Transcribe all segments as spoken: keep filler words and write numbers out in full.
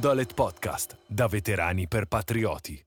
Dolet Podcast, da veterani per patrioti.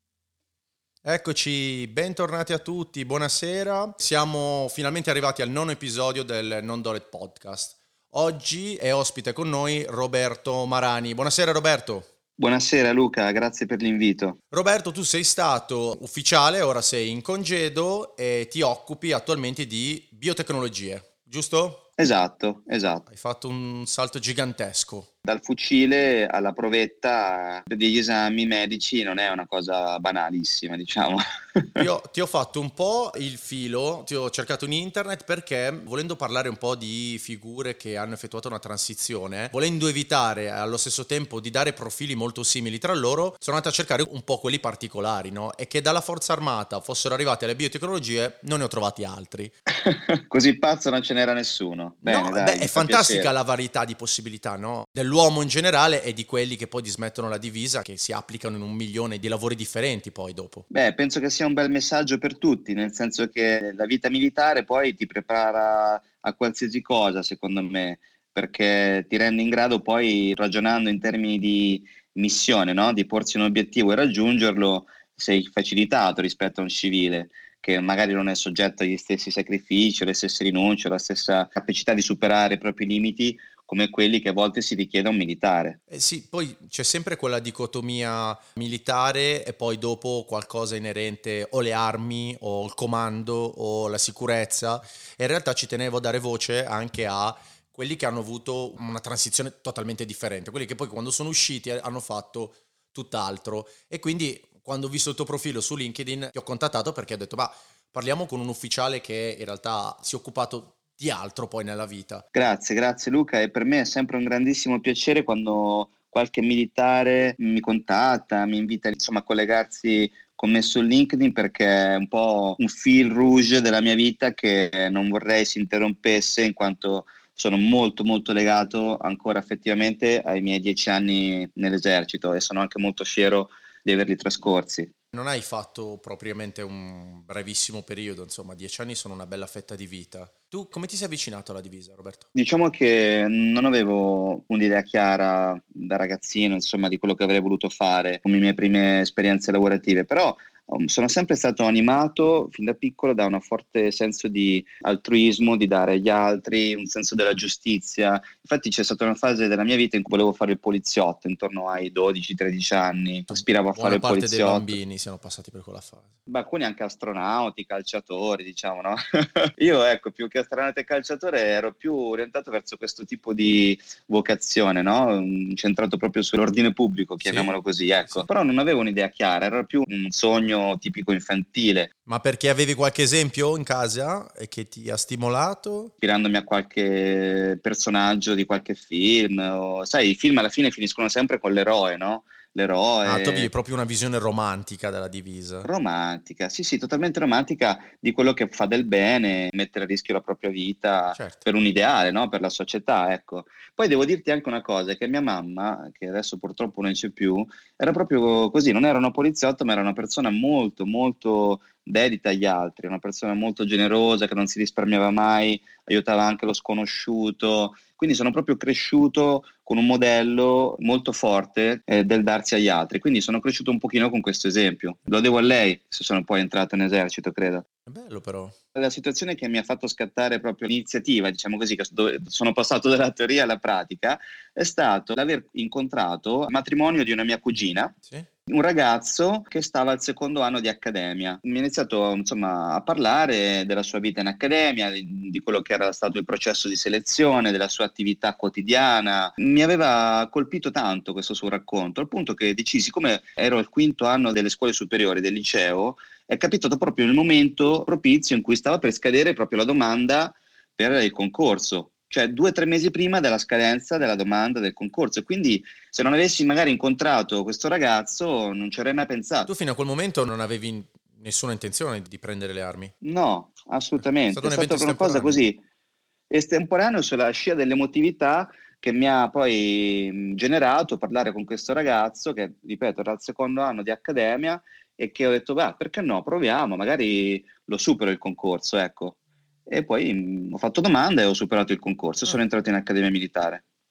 Eccoci, bentornati a tutti, buonasera. Siamo finalmente arrivati al nono episodio del Non Dolet Podcast. Oggi è ospite con noi Roberto Marani. Buonasera Roberto. Buonasera Luca, grazie per l'invito. Roberto, tu sei stato ufficiale, ora sei in congedo e ti occupi attualmente di biotecnologie, giusto? Esatto, esatto. Hai fatto un salto gigantesco. Dal fucile alla provetta degli esami medici non è una cosa banalissima, diciamo. Io ti ho fatto un po' il filo, ti ho cercato in internet perché, volendo parlare un po' di figure che hanno effettuato una transizione, volendo evitare allo stesso tempo di dare profili molto simili tra loro, sono andato a cercare un po' quelli particolari, no? E che dalla Forza Armata fossero arrivati alle biotecnologie non ne ho trovati altri. Così pazzo non ce n'era nessuno. Bene, no, dai, beh, mi è fa fantastica piacere. la varietà di possibilità, no? Dell'uomo in generale e di quelli che poi dismettono la divisa, che si applicano in un milione di lavori differenti poi dopo. Beh, penso che sia un bel messaggio per tutti, nel senso che la vita militare poi ti prepara a qualsiasi cosa, secondo me, perché ti rende in grado poi, ragionando in termini di missione, no? Di porsi un obiettivo e raggiungerlo, sei facilitato rispetto a un civile, che magari non è soggetto agli stessi sacrifici, alle stesse rinunce, alla stessa capacità di superare i propri limiti, come quelli che a volte si richiede a un militare. Eh sì, poi c'è sempre quella dicotomia militare e poi dopo qualcosa inerente o le armi o il comando o la sicurezza, e in realtà ci tenevo a dare voce anche a quelli che hanno avuto una transizione totalmente differente, quelli che poi quando sono usciti hanno fatto tutt'altro. E quindi quando ho visto il tuo profilo su LinkedIn ti ho contattato perché ho detto ma parliamo con un ufficiale che in realtà si è occupato di altro poi nella vita. Grazie, grazie Luca, e per me è sempre un grandissimo piacere quando qualche militare mi contatta, mi invita insomma a collegarsi con me su LinkedIn, perché è un po' un fil rouge della mia vita che non vorrei si interrompesse, in quanto sono molto molto legato ancora affettivamente ai miei dieci anni nell'esercito e sono anche molto fiero di averli trascorsi. Non hai fatto propriamente un brevissimo periodo, insomma, dieci anni sono una bella fetta di vita. Tu come ti sei avvicinato alla divisa, Roberto? Diciamo che non avevo un'idea chiara da ragazzino, insomma, di quello che avrei voluto fare come mie prime esperienze lavorative, però um, sono sempre stato animato fin da piccolo da un forte senso di altruismo, di dare agli altri, un senso della giustizia. Infatti c'è stata una fase della mia vita in cui volevo fare il poliziotto, intorno ai dodici tredici anni, aspiravo a Buona fare il parte dei poliziotto. bambini siano passati per quella fase. Beh, alcuni anche astronauti, calciatori, diciamo, no? Io, ecco, più che astronauta e calciatore ero più orientato verso questo tipo di vocazione, no? Mm, Centrato proprio sull'ordine pubblico, chiamiamolo Sì, così, ecco. sì. Però non avevo un'idea chiara, era più un sogno tipico infantile, Ma perché avevi qualche esempio in casa e che ti ha stimolato? ispirandomi a qualche personaggio di qualche film. O, sai, i film alla fine finiscono sempre con l'eroe, no? Ah, tu avevi L'eroe. proprio una visione romantica della divisa. Romantica, sì, sì, totalmente romantica, di quello che fa del bene, mettere a rischio la propria vita Certo. per un ideale, no? Per la società, ecco. Poi devo dirti anche una cosa, che mia mamma, che adesso purtroppo non c'è più, era proprio così, non era una poliziotto, ma era una persona molto, molto dedita agli altri, una persona molto generosa, che non si risparmiava mai, aiutava anche lo sconosciuto. Quindi sono proprio cresciuto con un modello molto forte eh, del darsi agli altri, quindi sono cresciuto un pochino con questo esempio. Lo devo a lei, se sono poi entrato in esercito, credo. È bello però. La situazione che mi ha fatto scattare proprio l'iniziativa, diciamo così, che dove sono passato dalla teoria alla pratica, è stato l'aver incontrato il matrimonio di una mia cugina, Sì? un ragazzo che stava al secondo anno di accademia. Mi ha iniziato insomma a parlare della sua vita in accademia, di, di quello che era stato il processo di selezione, della sua attività quotidiana. Mi aveva colpito tanto questo suo racconto, al punto che decisi, siccome ero al quinto anno delle scuole superiori del liceo, è capitato proprio nel momento propizio in cui stava per scadere proprio la domanda per il concorso, cioè due o tre mesi prima della scadenza della domanda del concorso. E quindi se non avessi magari incontrato questo ragazzo non ci avrei mai pensato. Tu fino a quel momento non avevi nessuna intenzione di prendere le armi. No, È assolutamente, stato è un evento stata una cosa estemporaneo. così estemporanea sulla scia dell'emotività che mi ha poi mh, generato parlare con questo ragazzo che, ripeto, era al secondo anno di accademia, e che ho detto, beh, perché no, proviamo, magari lo supero il concorso, ecco. E poi mh, ho fatto domanda e ho superato il concorso e sono Ah. entrato in accademia militare.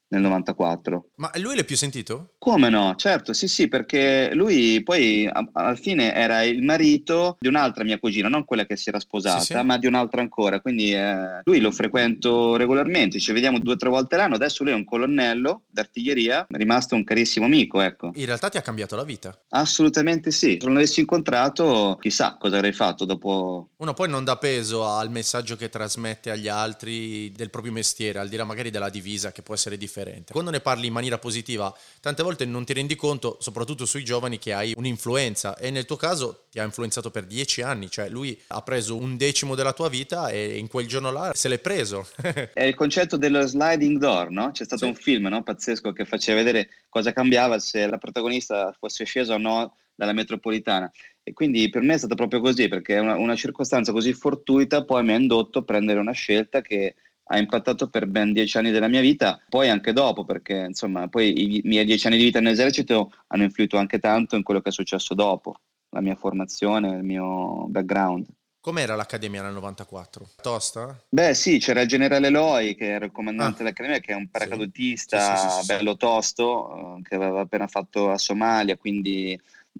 nel novantaquattro. Ma lui l'hai più sentito? Come no? Certo, sì, sì, perché lui poi a- alla fine era il marito di un'altra mia cugina, non quella che si era Sì, sposata, sì. ma di un'altra ancora. Quindi eh, lui lo frequento regolarmente, ci vediamo due o tre volte l'anno. Adesso lui è un colonnello d'artiglieria, è rimasto un carissimo amico, ecco. In realtà ti ha cambiato la vita. Assolutamente sì. Se non l'avessi incontrato, chissà cosa avrei fatto dopo. Uno poi non dà peso al messaggio che trasmette agli altri del proprio mestiere, al di là magari della divisa che può essere differente. Quando ne parli in maniera positiva, tante volte non ti rendi conto, soprattutto sui giovani, che hai un'influenza, e nel tuo caso ti ha influenzato per dieci anni, cioè lui ha preso un decimo della tua vita e in quel giorno là se l'è preso. È il concetto dello sliding door, no? C'è stato Sì. un film, no? Pazzesco, che faceva vedere cosa cambiava se la protagonista fosse scesa o no dalla metropolitana. E quindi per me è stato proprio così, perché una, una circostanza così fortuita poi mi ha indotto a prendere una scelta che ha impattato per ben dieci anni della mia vita, poi anche dopo, perché insomma poi i miei dieci anni di vita nell'esercito hanno influito anche tanto in quello che è successo dopo, la mia formazione, il mio background. Com'era l'accademia nel novantaquattro? Tosta? Beh, sì, c'era il generale Loi, che era il comandante Ah, dell'Accademia, che è un sì. Sì, sì, sì, paracadutista sì, sì. bello tosto, eh, che aveva appena fatto la Somalia, quindi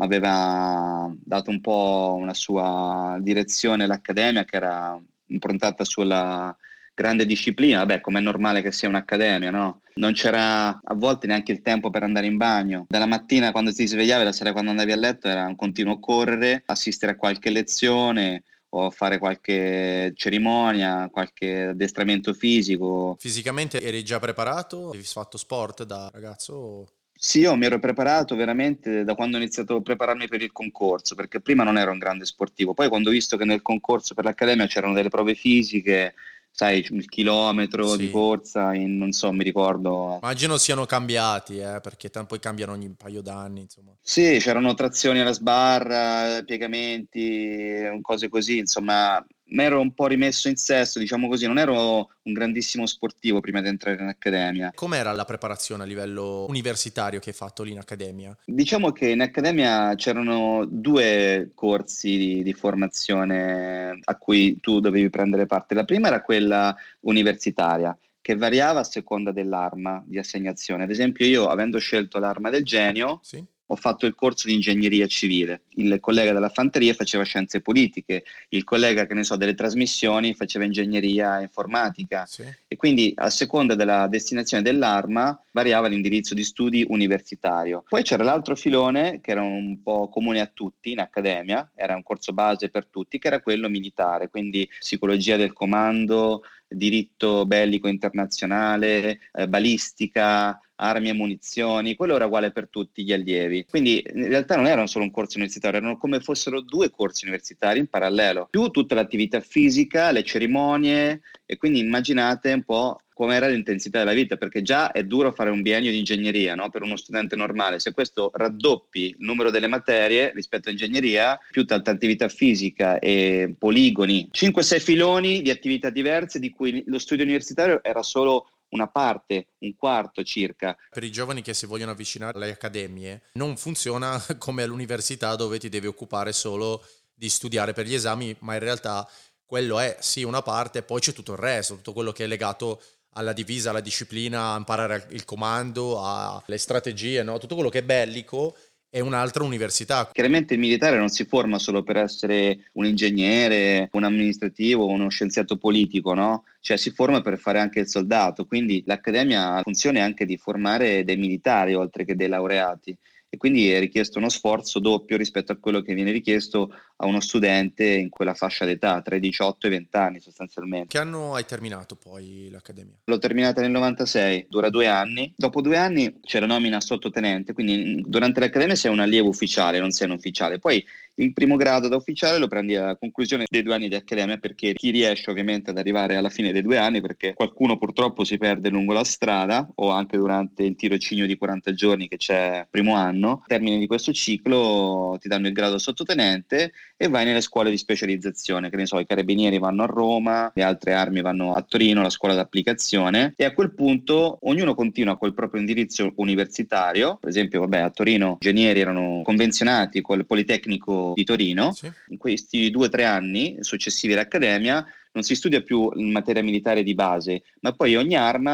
aveva dato un po' una sua direzione all'Accademia, che era improntata sulla grande disciplina. Vabbè, come è normale che sia un'Accademia, no? Non c'era a volte neanche il tempo per andare in bagno. Dalla mattina quando ti svegliavi, la sera quando andavi a letto era un continuo correre, assistere a qualche lezione o fare qualche cerimonia, qualche addestramento fisico. Fisicamente eri già preparato? Avevi fatto sport da ragazzo? Sì, io mi ero preparato veramente da quando ho iniziato a prepararmi per il concorso, perché prima non ero un grande sportivo. Poi quando ho visto che nel concorso per l'Accademia c'erano delle prove fisiche, sai, il chilometro di Sì. corsa in, non so, mi ricordo. Immagino siano cambiati, eh, perché tan- poi cambiano ogni paio d'anni, insomma. Sì, c'erano trazioni alla sbarra, piegamenti, cose così, insomma, mi ero un po' rimesso in sesto, diciamo così, non ero un grandissimo sportivo prima di entrare in accademia. Com'era la preparazione a livello universitario che hai fatto lì in accademia? Diciamo che in accademia c'erano due corsi di, di formazione a cui tu dovevi prendere parte. La prima era quella universitaria, che variava a seconda dell'arma di assegnazione. Ad esempio, io, avendo scelto l'arma del genio, Sì? ho fatto il corso di ingegneria civile. Il collega della fanteria faceva scienze politiche, il collega, che ne so, delle trasmissioni faceva ingegneria informatica. Sì? E quindi a seconda della destinazione dell'arma variava l'indirizzo di studi universitario. Poi c'era l'altro filone che era un po' comune a tutti in accademia, era un corso base per tutti, che era quello militare, quindi psicologia del comando, diritto bellico internazionale, eh, balistica, armi e munizioni. Quello era uguale per tutti gli allievi. Quindi in realtà non erano solo un corso universitario, erano come fossero due corsi universitari in parallelo, più tutta l'attività fisica, le cerimonie, e quindi immaginate un po' com'era l'intensità della vita, perché già è duro fare un biennio di ingegneria, no? Per uno studente normale. Se questo raddoppi il numero delle materie rispetto a ingegneria, più tanta attività fisica e poligoni, cinque sei filoni di attività diverse, di cui lo studio universitario era solo una parte, un quarto circa. Per i giovani che si vogliono avvicinare alle accademie, non funziona come all'università dove ti devi occupare solo di studiare per gli esami, ma in realtà quello è sì una parte, poi c'è tutto il resto, tutto quello che è legato alla divisa, alla disciplina, a imparare il comando, alle strategie, no? Tutto quello che è bellico è un'altra università. Chiaramente il militare non si forma solo per essere un ingegnere, un amministrativo, uno scienziato politico, no? Cioè si forma per fare anche il soldato, quindi l'accademia ha funzione anche di formare dei militari oltre che dei laureati. E quindi è richiesto uno sforzo doppio rispetto a quello che viene richiesto a uno studente in quella fascia d'età, tra i diciotto e i venti anni sostanzialmente. Che anno hai terminato poi l'accademia? L'ho terminata nel novantasei, dura due anni. Dopo due anni c'è la nomina a sottotenente, quindi durante l'accademia sei un allievo ufficiale, non sei un ufficiale. Poi il primo grado da ufficiale lo prendi alla conclusione dei due anni di accademia, perché chi riesce ovviamente ad arrivare alla fine dei due anni, perché qualcuno purtroppo si perde lungo la strada o anche durante il tirocinio di quaranta giorni che c'è primo anno, termine di questo ciclo ti danno il grado sottotenente e vai nelle scuole di specializzazione, che ne so, i carabinieri vanno a Roma, le altre armi vanno a Torino, la scuola d'applicazione, e a quel punto ognuno continua col proprio indirizzo universitario. Per esempio, vabbè, a Torino i ingegneri erano convenzionati col Politecnico di Torino. Sì? In questi due o tre anni successivi all'accademia non si studia più in materia militare di base, ma poi ogni arma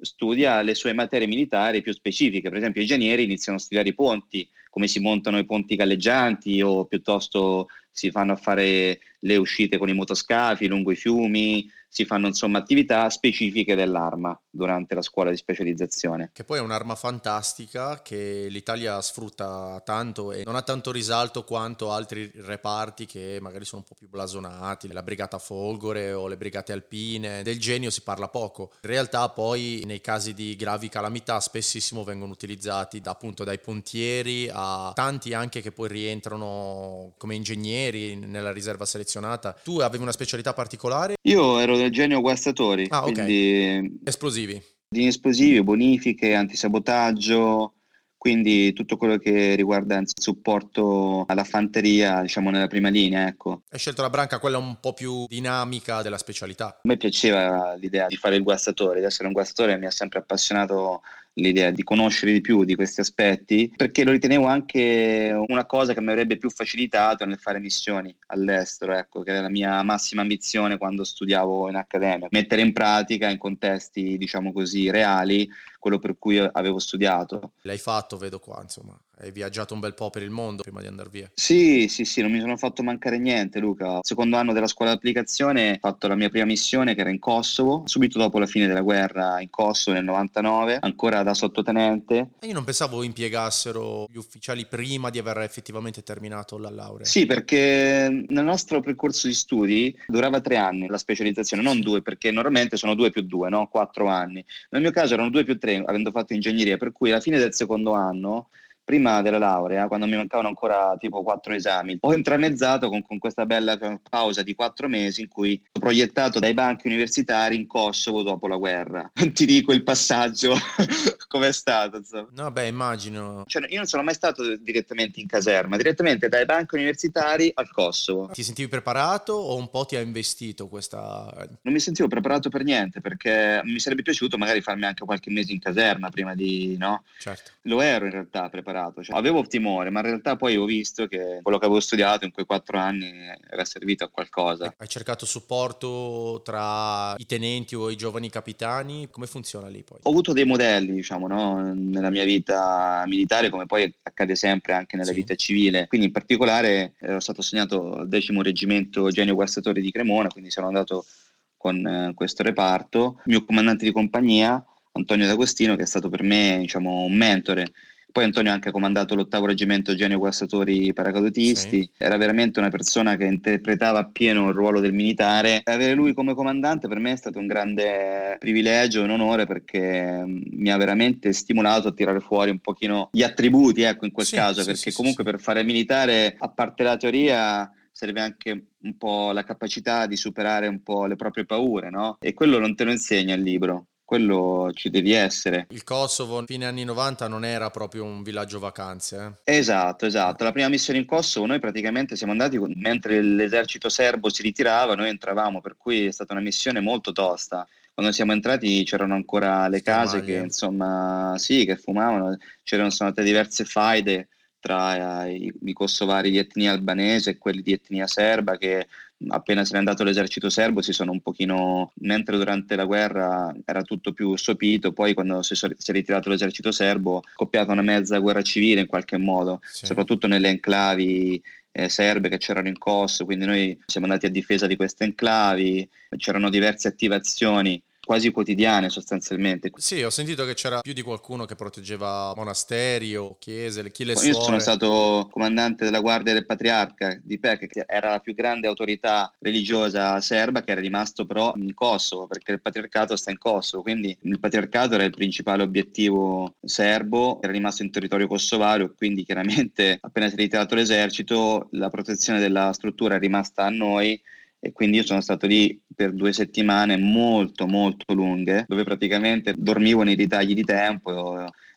studia le sue materie militari più specifiche. Per esempio, i ingegneri iniziano a studiare i ponti, come si montano i ponti galleggianti, o piuttosto si fanno a fare le uscite con i motoscafi lungo i fiumi, si fanno insomma attività specifiche dell'arma durante la scuola di specializzazione. Che poi è un'arma fantastica che l'Italia sfrutta tanto e non ha tanto risalto quanto altri reparti che magari sono un po' più blasonati, la Brigata Folgore o le Brigate Alpine. Del genio si parla poco. In realtà poi nei casi di gravi calamità spessissimo vengono utilizzati da, appunto dai pontieri a tanti anche che poi rientrano come ingegneri nella riserva selezionata. Tu avevi una specialità particolare? Io ero del genio guastatori, Ah, ok. quindi Esplosivi. di esplosivi, bonifiche, antisabotaggio, quindi tutto quello che riguarda il supporto alla fanteria, diciamo nella prima linea, ecco. Hai scelto la branca quella un po' più dinamica della specialità. A me piaceva l'idea di fare il guastatore, di essere un guastatore, mi ha sempre appassionato l'idea di conoscere di più di questi aspetti, perché lo ritenevo anche una cosa che mi avrebbe più facilitato nel fare missioni all'estero, ecco, che era la mia massima ambizione quando studiavo in accademia, mettere in pratica in contesti, diciamo così, reali, quello per cui avevo studiato. L'hai fatto, vedo qua, insomma, hai viaggiato un bel po' per il mondo prima di andare via. Sì, sì, sì, non mi sono fatto mancare niente, Luca. Secondo anno della scuola d'applicazione ho fatto la mia prima missione che era in Kosovo, subito dopo la fine della guerra in Kosovo nel novantanove, ancora da sottotenente. E io non pensavo impiegassero gli ufficiali prima di aver effettivamente terminato la laurea. Sì, perché nel nostro percorso di studi durava tre anni la specializzazione, non due, perché normalmente sono due più due, no? Quattro anni. Nel mio caso erano due più tre, avendo fatto ingegneria, per cui alla fine del secondo anno, prima della laurea, quando mi mancavano ancora tipo quattro esami, ho intranezzato con, con questa bella pausa di quattro mesi in cui ho proiettato dai banchi universitari in Kosovo dopo la guerra. Non ti dico il passaggio com'è stato, insomma. No, beh, immagino. Cioè, io non sono mai stato direttamente in caserma, direttamente dai banchi universitari al Kosovo. Ti sentivi preparato o un po' ti ha investito questa... Non mi sentivo preparato per niente, perché mi sarebbe piaciuto magari farmi anche qualche mese in caserma prima di, no? Certo. Lo ero in realtà preparato. Cioè, avevo timore, ma in realtà poi ho visto che quello che avevo studiato in quei quattro anni era servito a qualcosa. Hai cercato supporto tra i tenenti o i giovani capitani? Come funziona lì poi? Ho avuto dei modelli, diciamo, no? Nella mia vita militare, come poi accade sempre anche nella Sì. vita civile. Quindi in particolare ero stato assegnato al decimo reggimento Genio Guastatori di Cremona, quindi sono andato con eh, questo reparto. Il mio comandante di compagnia, Antonio D'Agostino, che è stato per me, diciamo, un mentore. Poi Antonio ha anche comandato l'ottavo reggimento Genio Guastatori Paracadutisti, Sì. era veramente una persona che interpretava appieno il ruolo del militare. Avere lui come comandante per me è stato un grande privilegio, un onore, perché mi ha veramente stimolato a tirare fuori un pochino gli attributi, ecco, in quel Sì, caso, sì, perché sì, comunque sì. per fare militare, a parte la teoria, serve anche un po' la capacità di superare un po' le proprie paure, no? E quello non te lo insegna il libro. Quello ci devi essere. Il Kosovo, fine anni novanta, non era proprio un villaggio vacanze. Eh? Esatto, esatto. La prima missione in Kosovo noi praticamente siamo andati con- mentre l'esercito serbo si ritirava, noi entravamo, per cui è stata una missione molto tosta. Quando siamo entrati c'erano ancora le case che, Schermaglie. insomma, sì, che fumavano, c'erano sono state diverse faide tra eh, i, i kosovari di etnia albanese e quelli di etnia serba che appena se n'è andato l'esercito serbo si sono un pochino, mentre durante la guerra era tutto più sopito, poi quando si, so- si è ritirato l'esercito serbo è scoppiata una mezza guerra civile in qualche modo, Sì. soprattutto nelle enclavi eh, serbe che c'erano in Kosovo, quindi noi siamo andati a difesa di queste enclavi, c'erano diverse attivazioni quasi quotidiane sostanzialmente. Sì, ho sentito che c'era più di qualcuno che proteggeva monasteri o chiese, le- chi le Io sono suore. stato comandante della Guardia del Patriarca di Pec, che era la più grande autorità religiosa serba, che era rimasto però in Kosovo, perché il patriarcato sta in Kosovo, quindi il patriarcato era il principale obiettivo serbo, era rimasto in territorio kosovaro, quindi chiaramente appena si è ritirato l'esercito la protezione della struttura è rimasta a noi. E quindi io sono stato lì per due settimane molto molto lunghe, dove praticamente dormivo nei ritagli di tempo,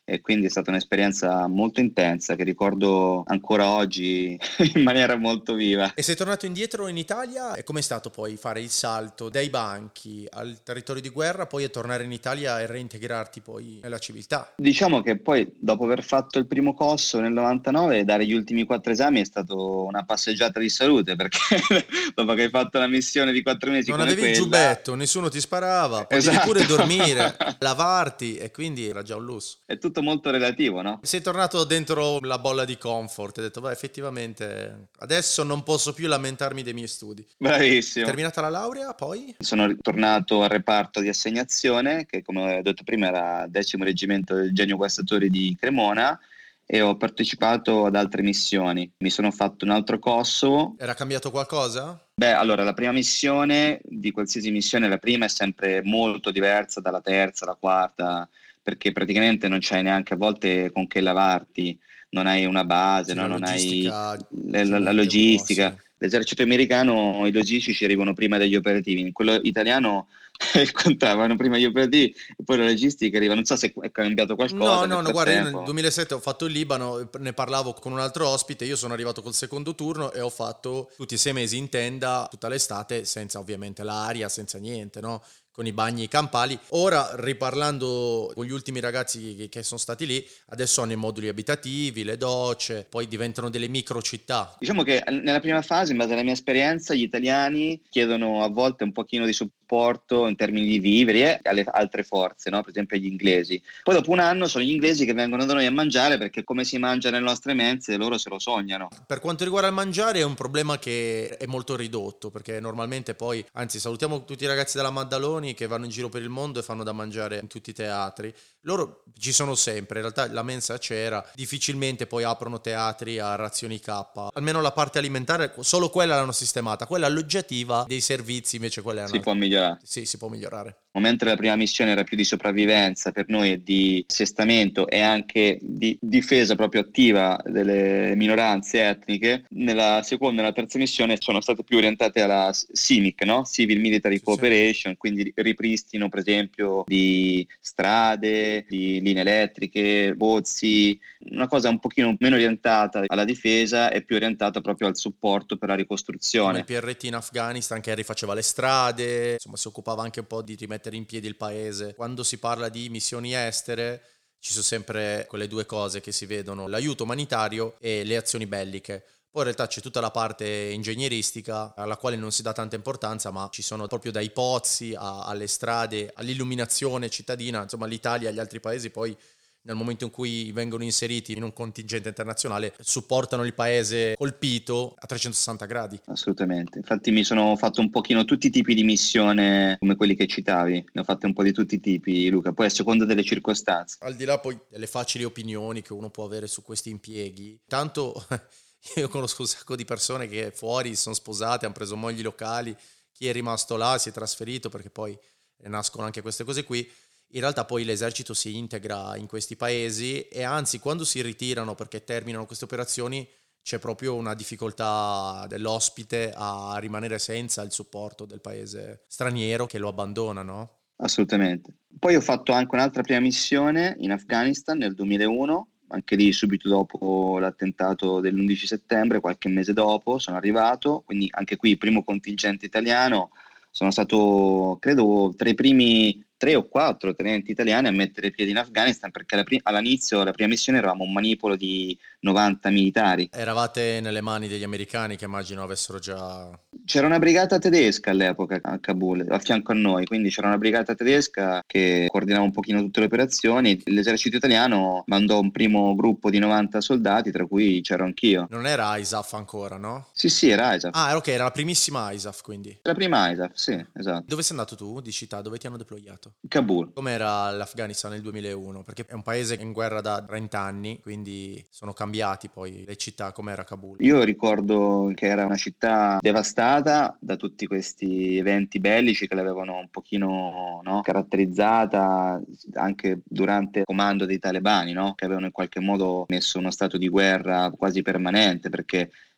e quindi è stata un'esperienza molto intensa che ricordo ancora oggi in maniera molto viva. E sei tornato indietro in Italia? E com'è stato poi fare il salto dai banchi al territorio di guerra, poi a tornare in Italia e reintegrarti poi nella civiltà? Diciamo che poi dopo aver fatto il primo corso nel novantanove, dare gli ultimi quattro esami è stato una passeggiata di salute, perché dopo che hai fatto la missione di quattro mesi Non come avevi il quella... giubbetto, nessuno ti sparava, potevi Esatto. pure dormire, lavarti e quindi era già un lusso. È tutto molto relativo, no? Sei tornato dentro la bolla di comfort e hai detto, beh, effettivamente adesso non posso più lamentarmi dei miei studi. Bravissimo. Terminata la laurea, poi? Sono ritornato al reparto di assegnazione, che come ho detto prima era il decimo reggimento del Genio Guastatori di Cremona, e ho partecipato ad altre missioni. Mi sono fatto un altro Kosovo. Era cambiato qualcosa? Beh, allora, la prima missione, di qualsiasi missione, la prima è sempre molto diversa dalla terza, la quarta, perché praticamente non c'hai neanche a volte con che lavarti, non hai una base, Sì, no? la Non hai logistica la, ci la- la mette un po', logistica. sì. L'esercito americano, i logistici arrivano prima degli operativi, in quello italiano è il contrario, vanno prima gli operativi e poi la logistica arriva. Non so se è cambiato qualcosa No, nel no, no, guarda, io nel frattempo. duemilasette ho fatto il Libano, ne parlavo con un altro ospite, io sono arrivato col secondo turno e ho fatto tutti e sei mesi in tenda tutta l'estate, senza ovviamente l'aria, senza niente, no? Con i bagni campali. Ora, riparlando con gli ultimi ragazzi che, che sono stati lì, adesso hanno i moduli abitativi, le docce, poi diventano delle micro città. Diciamo che nella prima fase, in base alla mia esperienza, gli italiani chiedono a volte un pochino di supporto in termini di viveri e alle altre forze, no? Per esempio agli inglesi. Poi dopo un anno sono gli inglesi che vengono da noi a mangiare, perché come si mangia nelle nostre mense loro se lo sognano. Per quanto riguarda il mangiare è un problema che è molto ridotto, perché normalmente poi, anzi salutiamo tutti i ragazzi della Maddaloni che vanno in giro per il mondo e fanno da mangiare in tutti i teatri. Loro ci sono sempre, in realtà la mensa c'era, difficilmente poi aprono teatri a razioni K. Almeno la parte alimentare, solo quella l'hanno sistemata, quella alloggiativa dei servizi invece quella è Si una... può migliorare. Sì, si può migliorare. Mentre la prima missione era più di sopravvivenza per noi e di assestamento e anche di difesa proprio attiva delle minoranze etniche, nella seconda e nella terza missione sono state più orientate alla C I M I C, no? Civil Military Sì, sì. Cooperation, quindi ripristino per esempio di strade, di linee elettriche, pozzi, una cosa un pochino meno orientata alla difesa e più orientata proprio al supporto per la Come ricostruzione. il P R T in Afghanistan che rifaceva le strade, insomma si occupava anche un po' di rimettere in piedi il paese. Quando si parla di missioni estere ci sono sempre quelle due cose che si vedono, l'aiuto umanitario e le azioni belliche. Poi in realtà c'è tutta la parte ingegneristica alla quale non si dà tanta importanza, ma ci sono proprio dai pozzi a- alle strade, all'illuminazione cittadina, insomma l'Italia e gli altri paesi poi nel momento in cui vengono inseriti in un contingente internazionale supportano il paese colpito a trecentosessanta gradi. Assolutamente, infatti mi sono fatto un pochino tutti i tipi di missione come quelli che citavi, ne ho fatte un po' di tutti i tipi, Luca, poi a seconda delle circostanze. Al di là poi delle facili opinioni che uno può avere su questi impieghi, tanto io conosco un sacco di persone che fuori sono sposate, hanno preso mogli locali, chi è rimasto là si è trasferito perché poi nascono anche queste cose qui. In realtà poi l'esercito si integra in questi paesi e anzi quando si ritirano perché terminano queste operazioni c'è proprio una difficoltà dell'ospite a rimanere senza il supporto del paese straniero che lo abbandona, no? Assolutamente. Poi ho fatto anche un'altra prima missione in Afghanistan nel duemilauno, anche lì subito dopo l'attentato dell'undici settembre, qualche mese dopo sono arrivato, quindi anche qui primo contingente italiano, sono stato credo tra i primi tre o quattro tenenti italiani a mettere piedi in Afghanistan, perché alla pri- all'inizio, la prima missione, eravamo un manipolo di novanta militari. Eravate nelle mani degli americani che immagino avessero già... C'era una brigata tedesca all'epoca a Kabul, a fianco a noi, quindi c'era una brigata tedesca che coordinava un pochino tutte le operazioni. L'esercito italiano mandò un primo gruppo di novanta soldati, tra cui c'ero anch'io. Non era I S A F ancora, no? Sì, sì, era ISAF. Ah, ok, era la primissima I S A F quindi. La prima ISAF, sì, esatto. Dove sei andato tu di città? Dove ti hanno deployato? Kabul. Com'era l'Afghanistan nel duemilauno? Perché è un paese in guerra da trenta anni, quindi sono cambiati poi le città, com'era Kabul? Io ricordo che era una città devastata da tutti questi eventi bellici che l'avevano un pochino, no, caratterizzata anche durante il comando dei talebani, no, che avevano in qualche modo messo uno stato di guerra quasi permanente, perché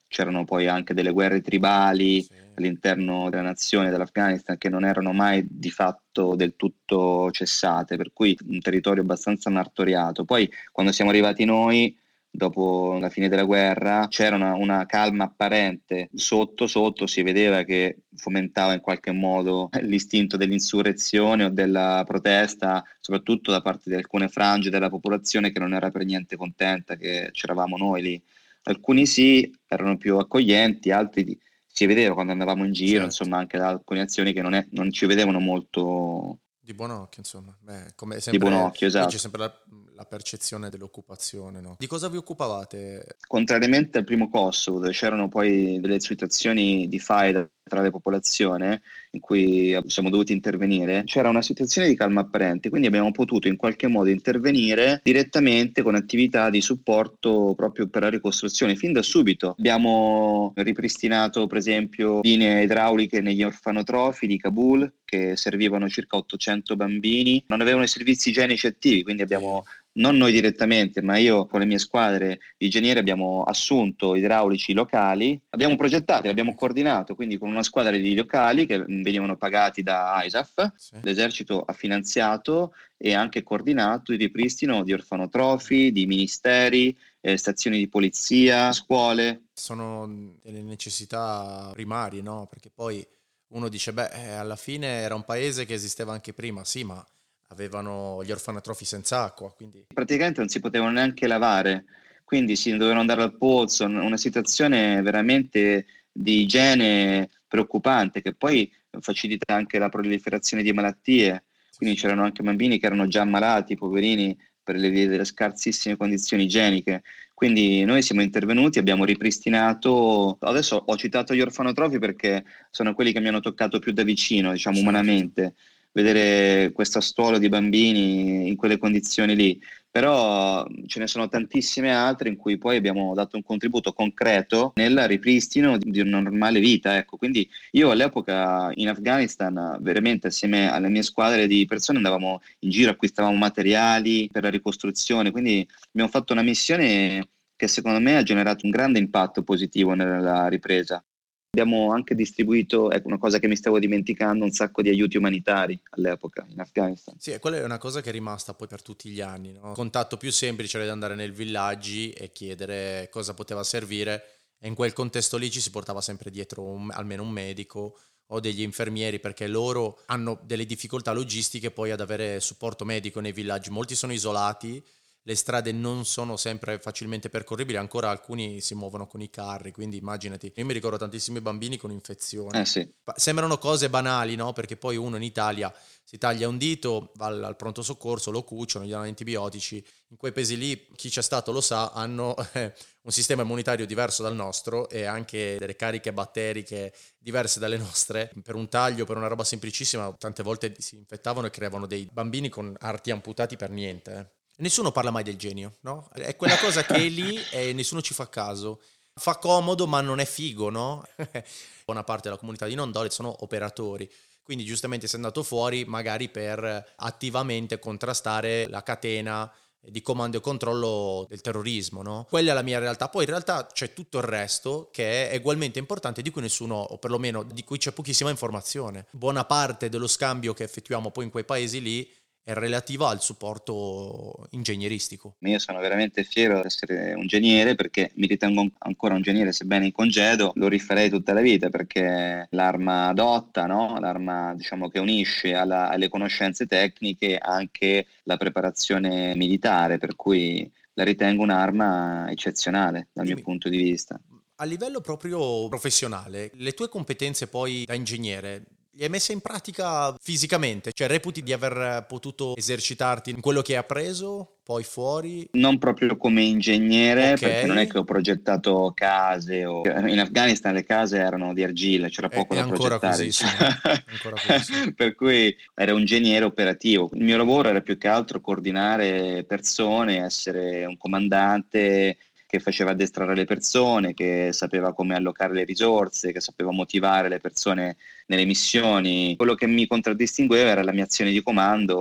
c'erano poi anche delle guerre tribali Sì. all'interno della nazione dell'Afghanistan che non erano mai di fatto del tutto cessate, per cui un territorio abbastanza martoriato. Poi quando siamo arrivati noi, dopo la fine della guerra, c'era una, una calma apparente, sotto sotto si vedeva che fomentava in qualche modo l'istinto dell'insurrezione o della protesta, soprattutto da parte di alcune frange della popolazione che non era per niente contenta che c'eravamo noi lì. Alcuni sì, erano più accoglienti, altri di- si vedeva quando andavamo in giro, Certo. insomma, anche da alcune azioni che non, è- non ci vedevano molto Di buon occhio, insomma. Beh, come di buon sempre, occhio, poi c'è esatto. sempre la, la percezione dell'occupazione, no? Di cosa vi occupavate? Contrariamente al primo Kosovo, dove c'erano poi delle situazioni di faida tra le popolazioni in cui siamo dovuti intervenire, c'era una situazione di calma apparente, quindi abbiamo potuto in qualche modo intervenire direttamente con attività di supporto proprio per la ricostruzione. Fin da subito abbiamo ripristinato, per esempio, linee idrauliche negli orfanotrofi di Kabul che servivano circa ottocento bambini, non avevano i servizi igienici attivi, quindi abbiamo Sì. non noi direttamente, ma io con le mie squadre di ingegneri abbiamo assunto idraulici locali, abbiamo progettato, abbiamo coordinato, quindi con una squadra di locali che venivano pagati da ISAF, Sì. l'esercito ha finanziato e anche coordinato il ripristino di orfanotrofi, di ministeri, eh, stazioni di polizia, scuole. Sono delle necessità primarie, no? Perché poi uno dice, beh, eh, alla fine era un paese che esisteva anche prima, sì, ma avevano gli orfanotrofi senza acqua, quindi Praticamente non si potevano neanche lavare, quindi si dovevano andare al pozzo, una situazione veramente di igiene preoccupante che poi facilita anche la proliferazione di malattie, sì, quindi sì. c'erano anche bambini che erano già ammalati, poverini, per le vie delle scarsissime condizioni igieniche. Quindi noi siamo intervenuti, abbiamo ripristinato, adesso ho citato gli orfanotrofi perché sono quelli che mi hanno toccato più da vicino, diciamo Certo. umanamente, vedere questo stuolo di bambini in quelle condizioni lì. Però ce ne sono tantissime altre in cui poi abbiamo dato un contributo concreto nel ripristino di, di una normale vita. Ecco. Quindi io all'epoca in Afghanistan, veramente assieme alle mie squadre di persone, andavamo in giro, acquistavamo materiali per la ricostruzione, quindi abbiamo fatto una missione che secondo me ha generato un grande impatto positivo nella ripresa. Abbiamo anche distribuito, ecco una cosa che mi stavo dimenticando, un sacco di aiuti umanitari all'epoca in Afghanistan. Sì, e quella è una cosa che è rimasta poi per tutti gli anni, no? Il contatto più semplice era di andare nei villaggi e chiedere cosa poteva servire e in quel contesto lì ci si portava sempre dietro un- almeno un medico o degli infermieri perché loro hanno delle difficoltà logistiche poi ad avere supporto medico nei villaggi. Molti sono isolati, le strade non sono sempre facilmente percorribili, ancora alcuni si muovono con i carri, quindi immaginati. Io mi ricordo tantissimi bambini con infezioni. Eh sì, Pa- Sembrano cose banali, no? Perché poi uno in Italia si taglia un dito, va al, al pronto soccorso, lo cuciono, gli danno antibiotici. In quei paesi lì, chi c'è stato lo sa, hanno eh, un sistema immunitario diverso dal nostro e anche delle cariche batteriche diverse dalle nostre. Per un taglio, per una roba semplicissima, tante volte si infettavano e creavano dei bambini con arti amputati per niente. eh. Nessuno parla mai del genio, no? È quella cosa che è lì e nessuno ci fa caso. Fa comodo, ma non è figo, no? Buona parte della comunità di non Dolet sono operatori. Quindi giustamente sei andato fuori magari per attivamente contrastare la catena di comando e controllo del terrorismo, no? Quella è la mia realtà. Poi in realtà c'è tutto il resto che è ugualmente importante, di cui nessuno, o perlomeno di cui c'è pochissima informazione. Buona parte dello scambio che effettuiamo poi in quei paesi lì è relativa al supporto ingegneristico. io sono veramente fiero di essere un ingegnere perché mi ritengo ancora un ingegnere, sebbene in congedo, lo rifarei tutta la vita perché l'arma dotta, no? L'arma diciamo, che unisce alla- alle conoscenze tecniche anche la preparazione militare, per cui la ritengo un'arma eccezionale dal mio Dimmi, punto di vista. a livello proprio professionale, le tue competenze poi da ingegnere, le hai messe in pratica fisicamente? Cioè reputi di aver potuto esercitarti in quello che hai appreso, poi fuori? Non proprio come ingegnere, Ok, perché non è che ho progettato case o... In Afghanistan le case erano di argilla, c'era è, poco è da ancora progettare, così, sì. diciamo. È ancora così, sì. Per cui ero un ingegnere operativo. Il mio lavoro era più che altro coordinare persone, essere un comandante che faceva addestrare le persone, che sapeva come allocare le risorse, che sapeva motivare le persone nelle missioni. Quello che mi contraddistingueva era la mia azione di comando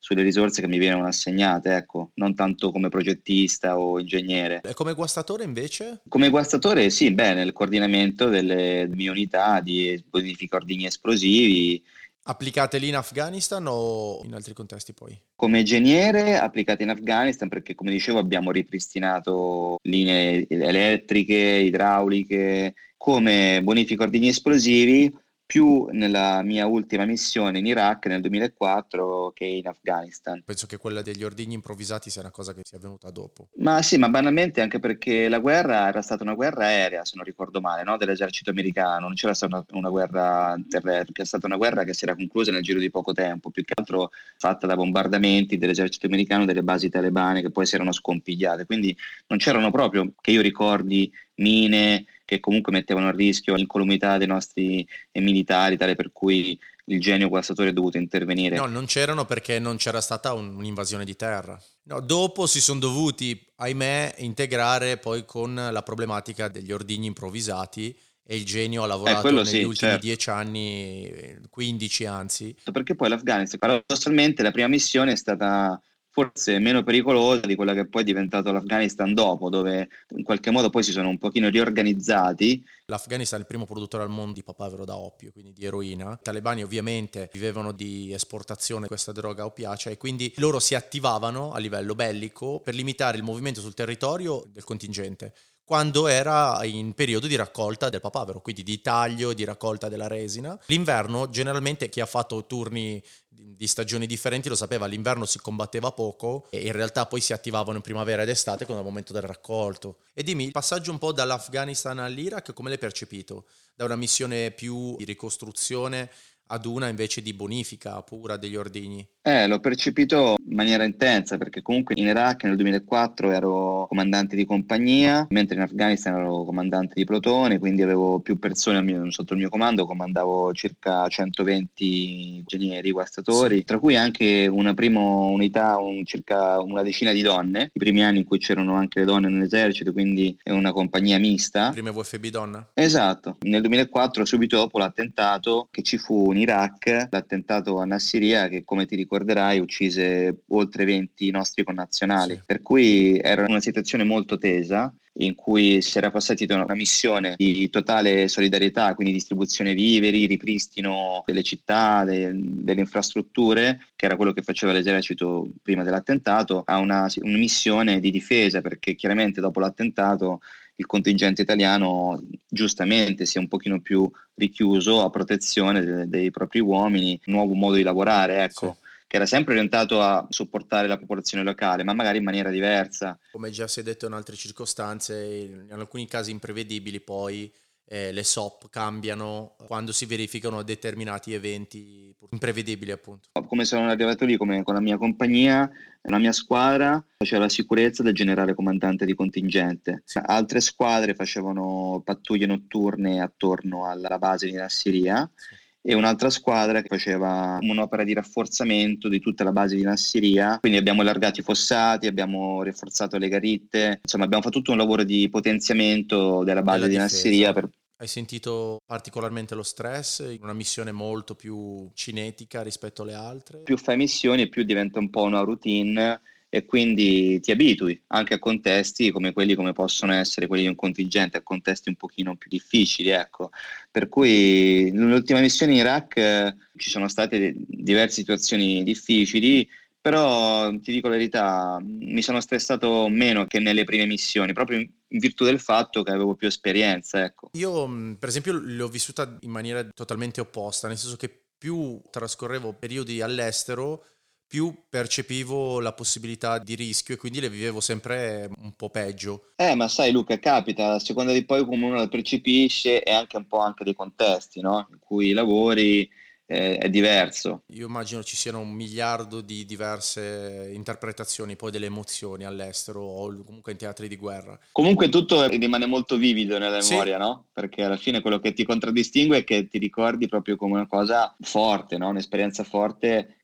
sulle risorse che mi venivano assegnate, ecco, non tanto come progettista o ingegnere. E come guastatore invece? Come guastatore, sì, beh, nel coordinamento delle mie unità di bonifica ordigni esplosivi. Applicate lì in Afghanistan o in altri contesti poi? Come ingegnere applicate in Afghanistan perché, come dicevo, abbiamo ripristinato linee elettriche, idrauliche. Come bonifica ordigni esplosivi più nella mia ultima missione in Iraq nel duemilaquattro che in Afghanistan. Penso che quella degli ordigni improvvisati sia una cosa che sia avvenuta dopo. Ma sì, ma banalmente anche perché la guerra era stata una guerra aerea, se non ricordo male, no? Dell'esercito americano, non c'era stata una, una guerra terrestre, è stata una guerra che si era conclusa nel giro di poco tempo, più che altro fatta da bombardamenti dell'esercito americano, delle basi talebane che poi si erano scompigliate, quindi non c'erano proprio, che io ricordi, mine che comunque mettevano a rischio l'incolumità dei nostri militari, tale per cui il genio guastatore è dovuto intervenire. No, non c'erano perché non c'era stata un, un'invasione di terra. No, dopo si sono dovuti, ahimè, integrare poi con la problematica degli ordigni improvvisati e il genio ha lavorato Eh, negli sì, ultimi certo. dieci anni, quindici anzi. Perché poi l'Afghanistan, paradossalmente, la prima missione è stata forse meno pericolosa di quella che poi è diventato l'Afghanistan dopo, dove in qualche modo poi si sono un pochino riorganizzati. L'Afghanistan è il primo produttore al mondo di papavero da oppio, quindi di eroina. I talebani ovviamente vivevano di esportazione di questa droga oppiacea e quindi loro si attivavano a livello bellico per limitare il movimento sul territorio del contingente quando era in periodo di raccolta del papavero, quindi di taglio e di raccolta della resina. L'inverno, generalmente chi ha fatto turni di stagioni differenti lo sapeva, l'inverno si combatteva poco e in realtà poi si attivavano in primavera ed estate con il momento del raccolto. E dimmi, il passaggio un po' dall'Afghanistan all'Iraq, come l'hai percepito? Da una missione più di ricostruzione ad una invece di bonifica pura degli ordigni? Eh, l'ho percepito in maniera intensa perché comunque in Iraq nel duemilaquattro ero comandante di compagnia, mentre in Afghanistan ero comandante di plotone, quindi avevo più persone al mio- sotto il mio comando, comandavo circa centoventi ingegneri, guastatori, Sì. tra cui anche una prima unità, un- circa una decina di donne, i primi anni in cui c'erano anche le donne nell'esercito, quindi è una compagnia mista. Prime V F B donna? Esatto, nel duemilaquattro, subito dopo l'attentato che ci fu in Iraq, l'attentato a Nassiriya che, come ti ricorderai, uccise oltre venti nostri connazionali, Sì. per cui era una situazione molto tesa in cui si era passati da una missione di totale solidarietà, quindi distribuzione viveri, ripristino delle città, de- delle infrastrutture, che era quello che faceva l'esercito prima dell'attentato, a una, una missione di difesa, perché chiaramente dopo l'attentato il contingente italiano giustamente si è un pochino più richiuso a protezione de- dei propri uomini, un nuovo modo di lavorare, ecco, Sì. che era sempre orientato a supportare la popolazione locale, ma magari in maniera diversa. Come già si è detto in altre circostanze, in alcuni casi imprevedibili poi eh, le S O P cambiano quando si verificano determinati eventi imprevedibili, appunto. Come sono arrivato lì, come con la mia compagnia, la mia squadra faceva la sicurezza del generale comandante di contingente. Altre squadre facevano pattuglie notturne attorno alla base di Nassiriya. Sì. E un'altra squadra che faceva un'opera di rafforzamento di tutta la base di Nassiriya, quindi abbiamo allargato i fossati, abbiamo rinforzato le garitte, insomma abbiamo fatto tutto un lavoro di potenziamento della base Della di difesa. Nassiriya. Per... Hai sentito particolarmente lo stress in una missione molto più cinetica rispetto alle altre? Più fai missioni e più diventa un po' una routine e quindi ti abitui anche a contesti come quelli come possono essere quelli di un contingente, a contesti un pochino più difficili, ecco. Per cui nell'ultima missione in Iraq eh, ci sono state diverse situazioni difficili, però ti dico la verità, mi sono stressato meno che nelle prime missioni, proprio in, in virtù del fatto che avevo più esperienza, ecco. Io, mh, per esempio, l'ho vissuta in maniera totalmente opposta, nel senso che più trascorrevo periodi all'estero, più percepivo la possibilità di rischio e quindi le vivevo sempre un po' peggio. Eh, ma sai Luca, capita, a seconda di poi come uno la percepisce e anche un po' anche dei contesti, no? In cui lavori eh, è diverso. Io immagino ci siano un miliardo di diverse interpretazioni poi delle emozioni all'estero o comunque in teatri di guerra. Comunque tutto rimane molto vivido nella Sì. memoria, no? Perché alla fine quello che ti contraddistingue è che ti ricordi proprio come una cosa forte, no? Un'esperienza forte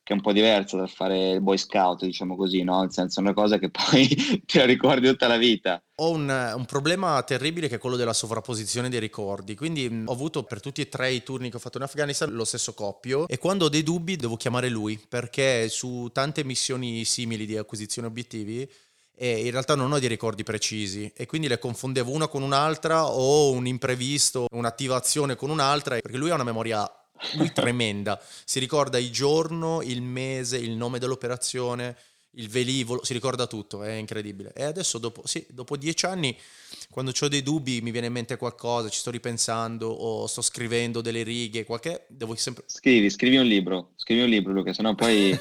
che è un po' diversa dal fare il boy scout, diciamo così, no? Nel senso è una cosa che poi te la ricordi tutta la vita. Ho un, un problema terribile che è quello della sovrapposizione dei ricordi, quindi mh, ho avuto per tutti e tre i turni che ho fatto in Afghanistan lo stesso coppio, e quando ho dei dubbi devo chiamare lui, perché su tante missioni simili di acquisizione obiettivi e in realtà non ho dei ricordi precisi e quindi le confondevo una con un'altra, o un imprevisto, un'attivazione con un'altra, perché lui ha una memoria lui tremenda, si ricorda il giorno, il mese, il nome dell'operazione, il velivolo, si ricorda tutto, è incredibile. E adesso dopo, sì, dopo dieci anni, quando ho dei dubbi, mi viene in mente qualcosa, ci sto ripensando o sto scrivendo delle righe, qualche, devo sempre... Scrivi, scrivi un libro, scrivi un libro Luca, sennò poi...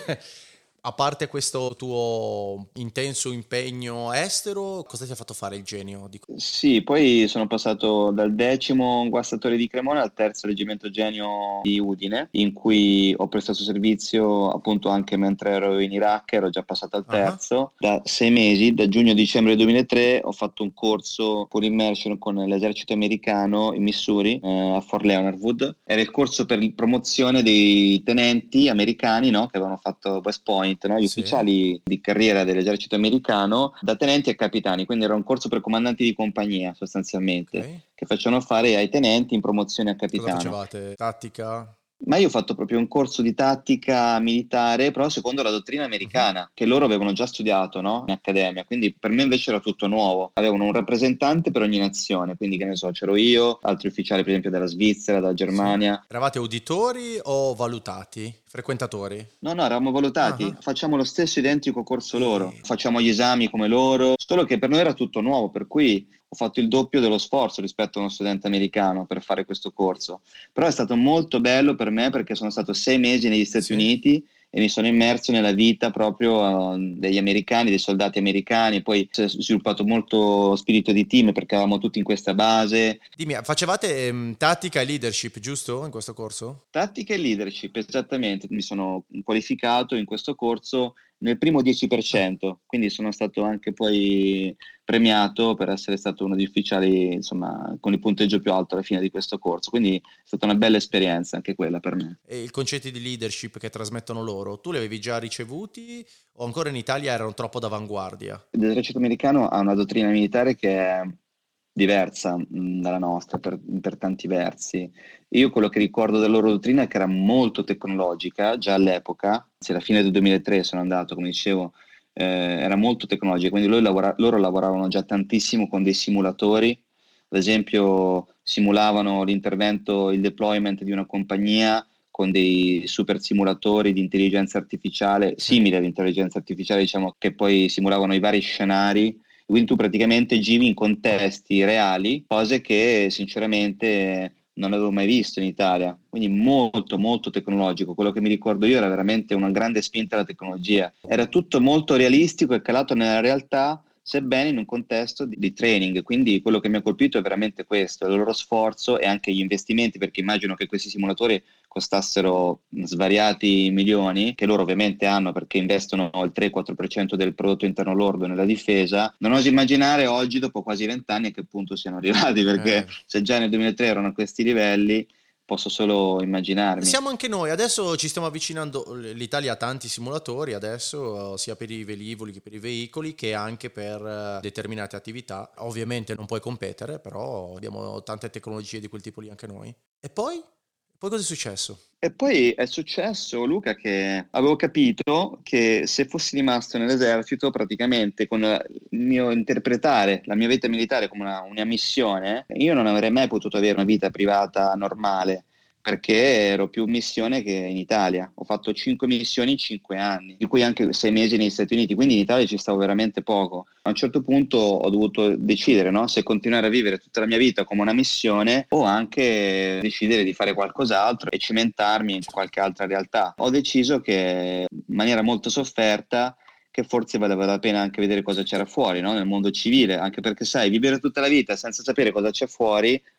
A parte questo tuo intenso impegno estero, cosa ti ha fatto fare il genio? Di... Sì, poi sono passato dal decimo guastatore di Cremona al terzo reggimento genio di Udine, in cui ho prestato servizio appunto anche mentre ero in Iraq, ero già passato al terzo. Uh-huh. Da sei mesi, da giugno a dicembre duemilatré, ho fatto un corso full immersion con l'esercito americano in Missouri, eh, a Fort Leonard Wood. Era il corso per promozione dei tenenti americani, no? Che avevano fatto West Point. No? Gli sì. ufficiali di carriera dell'esercito americano, da tenenti a capitani, quindi era un corso per comandanti di compagnia sostanzialmente, okay. che facevano fare ai tenenti in promozione a capitano. Cosa facevate? Tattica? Ma io ho fatto proprio un corso di tattica militare, però secondo la dottrina americana, uh-huh. che loro avevano già studiato, no? In accademia, quindi per me invece era tutto nuovo. Avevano un rappresentante per ogni nazione, quindi che ne so, c'ero io, altri ufficiali per esempio della Svizzera, dalla Germania. Sì. Eravate uditori o valutati? Frequentatori? No, no, eravamo valutati. Uh-huh. Facciamo lo stesso identico corso loro, facciamo gli esami come loro, solo che per noi era tutto nuovo, per cui ho fatto il doppio dello sforzo rispetto a uno studente americano per fare questo corso. Però è stato molto bello per me perché sono stato sei mesi negli Stati sì. Uniti e mi sono immerso nella vita proprio uh, degli americani, dei soldati americani. Poi si è sviluppato molto spirito di team perché eravamo tutti in questa base. Dimmi, facevate ehm, tattica e leadership, giusto, in questo corso? Tattica e leadership, esattamente. Mi sono qualificato in questo corso nel primo dieci per cento, quindi sono stato anche poi premiato per essere stato uno degli ufficiali, insomma, con il punteggio più alto alla fine di questo corso, quindi è stata una bella esperienza anche quella per me. E i concetti di leadership che trasmettono loro, tu li avevi già ricevuti o ancora in Italia erano troppo d'avanguardia? L'esercito americano ha una dottrina militare che è diversa mh, dalla nostra per, per tanti versi. Io quello che ricordo della loro dottrina è che era molto tecnologica già all'epoca, se alla fine del duemilatré sono andato, come dicevo, eh, era molto tecnologica, quindi loro, lavora- loro lavoravano già tantissimo con dei simulatori, ad esempio simulavano l'intervento, il deployment di una compagnia con dei super simulatori di intelligenza artificiale, simili all'intelligenza artificiale, diciamo, che poi simulavano i vari scenari. Quindi tu praticamente giri in contesti reali, cose che sinceramente non avevo mai visto in Italia. Quindi molto molto tecnologico. Quello che mi ricordo io era veramente una grande spinta alla tecnologia. Era tutto molto realistico e calato nella realtà, sebbene in un contesto di, di training. Quindi quello che mi ha colpito è veramente questo, il loro sforzo e anche gli investimenti, perché immagino che questi simulatori costassero svariati milioni, che loro ovviamente hanno perché investono il tre quattro per cento del prodotto interno lordo nella difesa. Non oso immaginare oggi, dopo quasi vent'anni, a che punto siano arrivati, perché eh. se già nel duemilatré erano a questi livelli, posso solo immaginarmi. Siamo anche noi, adesso ci stiamo avvicinando, l'Italia ha tanti simulatori adesso, sia per i velivoli che per i veicoli, che anche per determinate attività. Ovviamente non puoi competere, però abbiamo tante tecnologie di quel tipo lì anche noi. E poi? Poi cosa è successo? E poi è successo, Luca, che avevo capito che se fossi rimasto nell'esercito, praticamente con il mio interpretare la mia vita militare come una, una missione, io non avrei mai potuto avere una vita privata normale, perché ero più in missione che in Italia. Ho fatto cinque missioni in cinque anni, di cui anche sei mesi negli Stati Uniti, quindi in Italia ci stavo veramente poco. A un certo punto ho dovuto decidere, no? Se continuare a vivere tutta la mia vita come una missione o anche decidere di fare qualcos'altro e cimentarmi in qualche altra realtà. Ho deciso che in maniera molto sofferta che forse valeva la pena anche vedere cosa c'era fuori, no? Nel mondo civile, anche perché sai, vivere tutta la vita senza sapere cosa c'è fuori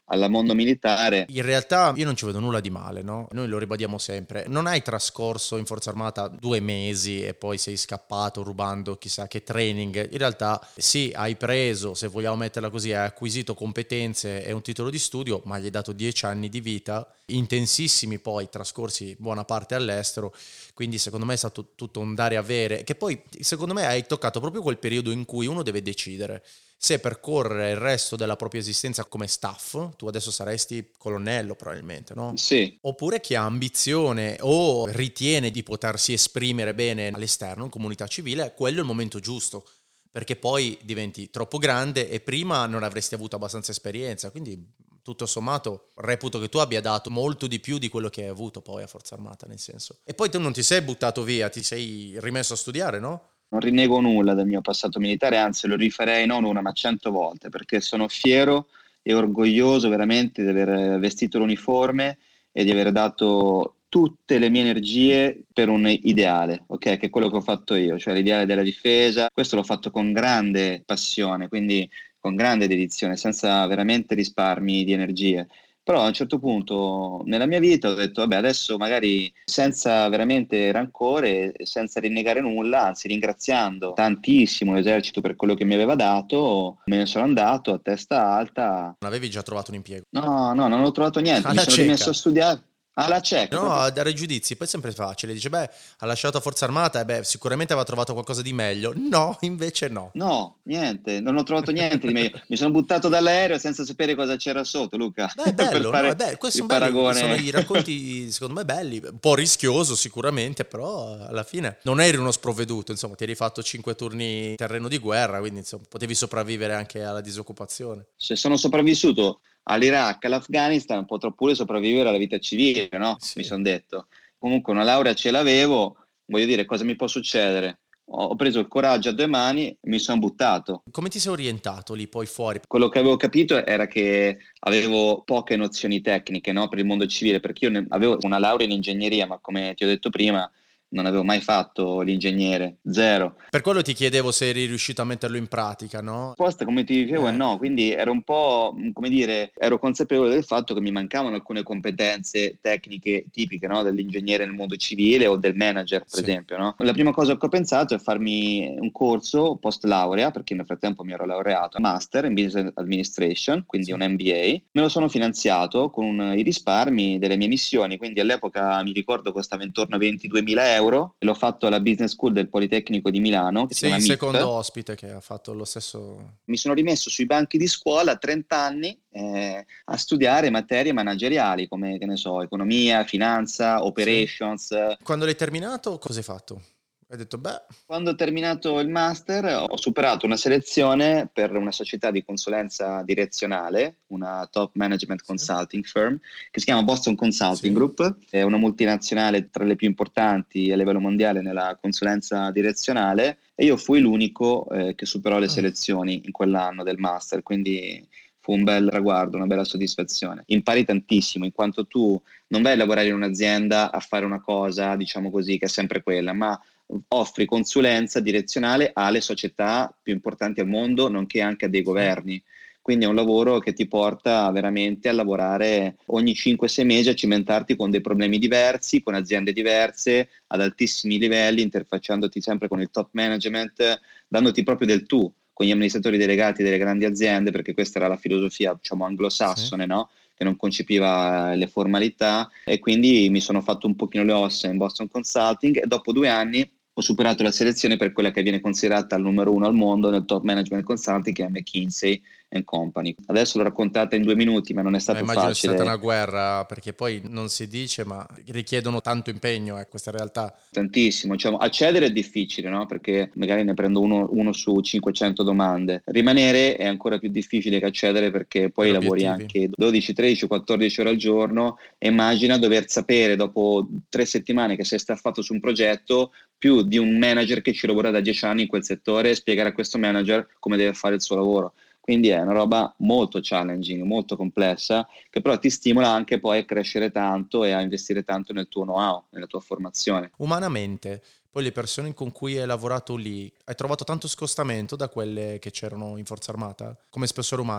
al mondo militare. In realtà io non ci vedo nulla di male, no? Noi lo ribadiamo sempre. Non hai trascorso in Forza Armata due mesi e poi sei scappato rubando chissà che training. In realtà sì, hai preso, se vogliamo metterla così, hai acquisito competenze e un titolo di studio, ma gli hai dato dieci anni di vita, intensissimi poi, trascorsi buona parte all'estero. Quindi secondo me è stato tutto un dare e avere, che poi secondo me hai toccato proprio quel periodo in cui uno deve decidere se percorrere il resto della propria esistenza come staff, tu adesso saresti colonnello probabilmente, no? Sì. Oppure chi ha ambizione o ritiene di potersi esprimere bene all'esterno, in comunità civile, quello è il momento giusto, perché poi diventi troppo grande e prima non avresti avuto abbastanza esperienza, quindi tutto sommato reputo che tu abbia dato molto di più di quello che hai avuto poi a Forza Armata, nel senso. E poi tu non ti sei buttato via, ti sei rimesso a studiare, no? Non rinnego nulla del mio passato militare, anzi lo rifarei non una ma cento volte, perché sono fiero e orgoglioso veramente di aver vestito l'uniforme e di aver dato tutte le mie energie per un ideale, ok? Che è quello che ho fatto io, cioè l'ideale della difesa. Questo l'ho fatto con grande passione, quindi con grande dedizione, senza veramente risparmi di energie. Però a un certo punto nella mia vita ho detto, vabbè, adesso magari senza veramente rancore, senza rinnegare nulla, anzi ringraziando tantissimo l'esercito per quello che mi aveva dato, me ne sono andato a testa alta. Non avevi già trovato un impiego? No, no, non ho trovato niente, Alla mi sono cieca. rimesso a studiare. Alla cieca. No, proprio. a dare giudizi, poi è sempre facile. Dice, beh, ha lasciato Forza Armata, e beh, sicuramente aveva trovato qualcosa di meglio. No, invece no. No, niente, non ho trovato niente di meglio. Mi sono buttato dall'aereo senza sapere cosa c'era sotto, Luca. Beh, è bello, per fare no? È bello. Questi il sono belli, paragone. sono i racconti, secondo me, belli. Un po' rischioso sicuramente, però alla fine non eri uno sprovveduto, insomma, ti eri fatto cinque turni in terreno di guerra, quindi insomma, potevi sopravvivere anche alla disoccupazione. Se sono sopravvissuto all'Iraq, all'Afghanistan, potrò pure sopravvivere alla vita civile, no? Sì. Mi sono detto. Comunque una laurea ce l'avevo, voglio dire, cosa mi può succedere? Ho preso il coraggio a due mani e mi sono buttato. Come ti sei orientato lì poi fuori? Quello che avevo capito era che avevo poche nozioni tecniche, no, per il mondo civile, perché io ne- avevo una laurea in ingegneria, ma come ti ho detto prima, non avevo mai fatto l'ingegnere, zero. Per quello ti chiedevo se eri riuscito a metterlo in pratica, no? La risposta, come ti dicevo, è Eh. no, quindi ero un po', mh, come dire, ero consapevole del fatto che mi mancavano alcune competenze tecniche tipiche, no, dell'ingegnere nel mondo civile o del manager, per Sì. esempio, no? La prima cosa che ho pensato è farmi un corso post laurea, perché nel frattempo mi ero laureato, master in business administration, quindi Sì. un M B A. Me lo sono finanziato con i risparmi delle mie missioni, quindi all'epoca mi ricordo costava intorno a ventiduemila euro. L'ho fatto alla Business School del Politecnico di Milano, che si Sei chiama il M I P. secondo ospite che ha fatto lo stesso. Mi sono rimesso sui banchi di scuola a trenta anni eh, a studiare materie manageriali come, che ne so, economia, finanza, operations. Quando l'hai terminato, cosa hai fatto? Hai detto, beh, Quando ho terminato il master ho superato una selezione per una società di consulenza direzionale, una top management consulting firm, che si chiama Boston Consulting Sì. Group, è una multinazionale tra le più importanti a livello mondiale nella consulenza direzionale, e io fui l'unico eh, che superò le Ah. selezioni in quell'anno del master, quindi fu un bel traguardo, una bella soddisfazione. Impari tantissimo, in quanto tu non vai a lavorare in un'azienda a fare una cosa, diciamo così, che è sempre quella, ma offri consulenza direzionale alle società più importanti al mondo, nonché anche a dei governi. Quindi è un lavoro che ti porta veramente a lavorare ogni cinque sei mesi, a cimentarti con dei problemi diversi, con aziende diverse, ad altissimi livelli, interfacciandoti sempre con il top management, dandoti proprio del tu con gli amministratori delegati delle grandi aziende, perché questa era la filosofia, diciamo, anglosassone, Sì. no? Che non concepiva le formalità, e quindi mi sono fatto un pochino le ossa in Boston Consulting, e dopo due anni ho superato la selezione per quella che viene considerata il numero uno al mondo nel top management consulting, che è McKinsey and Company. Adesso l'ho raccontata in due minuti, ma non è Ma stato immagino sia facile. stata una guerra, perché poi non si dice, ma richiedono tanto impegno, eh, questa realtà. Tantissimo, diciamo, accedere è difficile, no? Perché magari ne prendo uno, uno su cinquecento domande. Rimanere è ancora più difficile che accedere, perché poi Per lavori obiettivi. anche dodici, tredici, quattordici ore al giorno, e immagina dover sapere dopo tre settimane che sei staffato su un progetto più di un manager che ci lavora da dieci anni in quel settore, e spiegare a questo manager come deve fare il suo lavoro. Quindi è una roba molto challenging, molto complessa, che però ti stimola anche poi a crescere tanto e a investire tanto nel tuo know-how, nella tua formazione. Umanamente, poi le persone con cui hai lavorato lì, hai trovato tanto scostamento da quelle che c'erano in Forza Armata? Come spessore umano?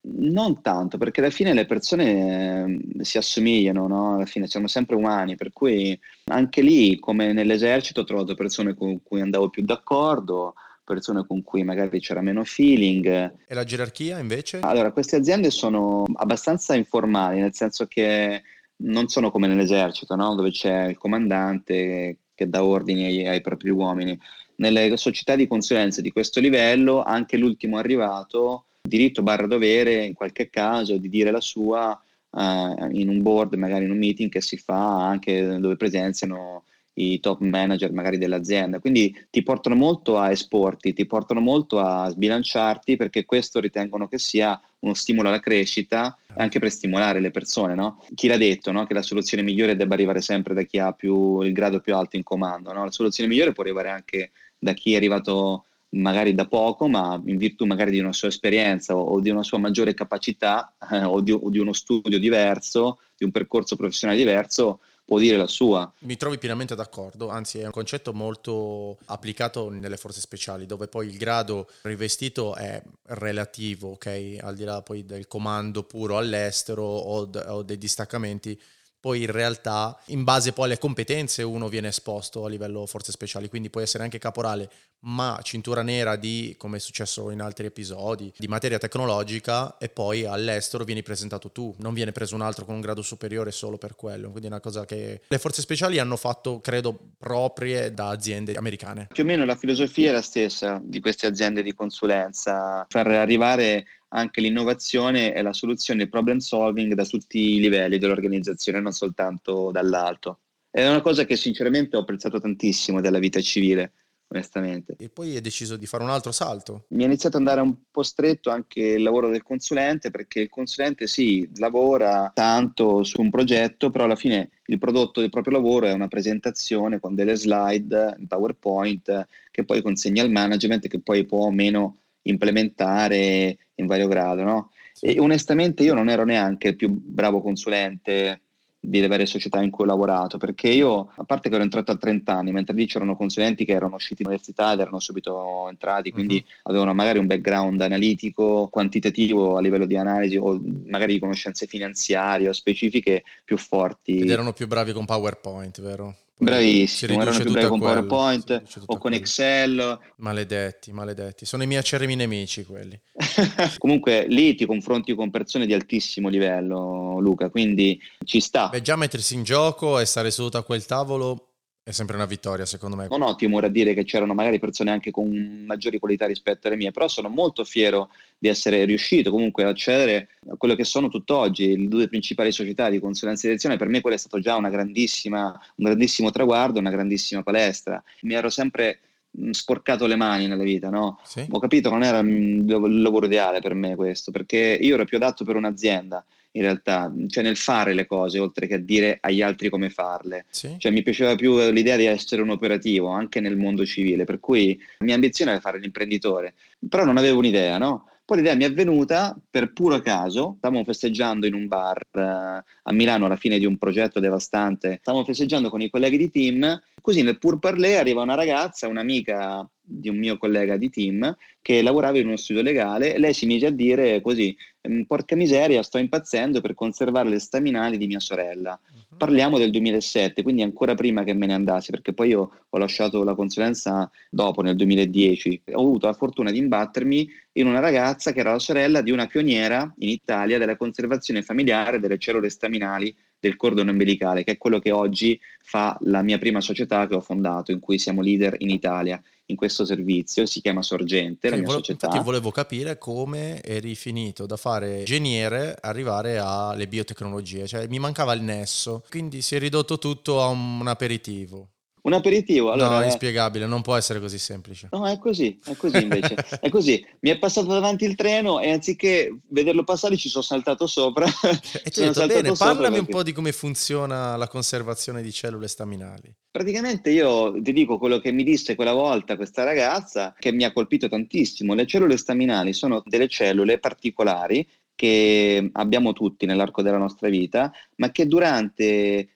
Non tanto, perché alla fine le persone eh, si assomigliano, no? Alla fine siamo sempre umani, per cui anche lì, come nell'esercito, ho trovato persone con cui andavo più d'accordo, persone con cui magari c'era meno feeling. E la gerarchia invece? Allora, queste aziende sono abbastanza informali, nel senso che non sono come nell'esercito, no? Dove c'è il comandante che dà ordini ai, ai propri uomini. Nelle società di consulenza di questo livello, anche l'ultimo arrivato diritto barra dovere in qualche caso di dire la sua eh, in un board, magari in un meeting che si fa anche dove presenziano i top manager magari dell'azienda, quindi ti portano molto a esporti, ti portano molto a sbilanciarti, perché questo ritengono che sia uno stimolo alla crescita, anche per stimolare le persone, no? Chi l'ha detto, no? Che la soluzione migliore debba arrivare sempre da chi ha più, il grado più alto in comando, no? La soluzione migliore può arrivare anche da chi è arrivato magari da poco, ma in virtù magari di una sua esperienza o, o di una sua maggiore capacità eh, o, di, o di uno studio diverso, di un percorso professionale diverso, può dire la sua. Mi trovi pienamente d'accordo, anzi è un concetto molto applicato nelle forze speciali, dove poi il grado rivestito è relativo, ok? Al di là poi del comando puro all'estero o, d- o dei distaccamenti, poi in realtà in base poi alle competenze uno viene esposto a livello forze speciali, quindi puoi essere anche caporale, ma cintura nera di, come è successo in altri episodi, di materia tecnologica, e poi all'estero vieni presentato tu, non viene preso un altro con un grado superiore solo per quello, quindi è una cosa che le forze speciali hanno fatto, credo, proprie da aziende americane. Più o meno la filosofia è la stessa di queste aziende di consulenza, far arrivare anche l'innovazione e la soluzione, il problem solving da tutti i livelli dell'organizzazione, non soltanto dall'alto. È una cosa che sinceramente ho apprezzato tantissimo della vita civile, onestamente. E poi hai deciso di fare un altro salto. Mi è iniziato ad andare un po' stretto anche il lavoro del consulente, perché il consulente sì, lavora tanto su un progetto, però alla fine il prodotto del proprio lavoro è una presentazione con delle slide in PowerPoint che poi consegna al management, che poi può o meno implementare in vario grado, no? E onestamente io non ero neanche il più bravo consulente delle varie società in cui ho lavorato, perché io, a parte che ero entrato a trenta anni, mentre lì c'erano consulenti che erano usciti dall'università ed erano subito entrati, quindi uh-huh. avevano magari un background analitico, quantitativo a livello di analisi o magari di conoscenze finanziarie o specifiche più forti. Ed erano più bravi con PowerPoint, vero? Bravissimo, erano più bravi con PowerPoint o con quello. Excel. Maledetti, maledetti. Sono i miei acerrimi nemici quelli. Comunque lì ti confronti con persone di altissimo livello, Luca, quindi ci sta. Beh, già mettersi in gioco e stare seduto a quel tavolo è sempre una vittoria, secondo me. Non ho timore a dire che c'erano magari persone anche con maggiori qualità rispetto alle mie, però sono molto fiero di essere riuscito comunque ad accedere a quello che sono tutt'oggi le due principali società di consulenza e direzione. Per me quello è stato già una grandissima, un grandissimo traguardo, una grandissima palestra. Mi ero sempre sporcato le mani nella vita, no? Sì? Ho capito, non era il lavoro ideale per me questo, perché io ero più adatto per un'azienda in realtà, cioè nel fare le cose oltre che a dire agli altri come farle. Sì? Cioè mi piaceva più l'idea di essere un operativo anche nel mondo civile, per cui la mia ambizione era fare l'imprenditore, però non avevo un'idea, no? Poi l'idea mi è venuta per puro caso, stavamo festeggiando in un bar eh, a Milano alla fine di un progetto devastante, stavamo festeggiando con i colleghi di team, così nel pur parler arriva una ragazza, un'amica di un mio collega di team che lavorava in uno studio legale, e lei si mise a dire così: porca miseria, sto impazzendo per conservare le staminali di mia sorella. Uh-huh. Parliamo del duemilasette, quindi ancora prima che me ne andassi, perché poi io ho lasciato la consulenza dopo, nel duemiladieci. Ho avuto la fortuna di imbattermi in una ragazza che era la sorella di una pioniera in Italia della conservazione familiare delle cellule staminali del cordone ombelicale, che è quello che oggi fa la mia prima società che ho fondato, in cui siamo leader in Italia in questo servizio. Si chiama Sorgente, sì, la mia volevo, società. Infatti volevo capire come eri finito da fare ingegnere arrivare alle biotecnologie, cioè mi mancava il nesso, quindi si è ridotto tutto a un, un aperitivo. Un aperitivo, allora... No, è inspiegabile, non può essere così semplice. No, è così, è così invece. È così. Mi è passato davanti il treno e anziché vederlo passare ci sono saltato sopra. E ti ho detto, bene, parlami un po' di come funziona la conservazione di cellule staminali. Praticamente io ti dico quello che mi disse quella volta questa ragazza, che mi ha colpito tantissimo. Le cellule staminali sono delle cellule particolari che abbiamo tutti nell'arco della nostra vita, ma che durante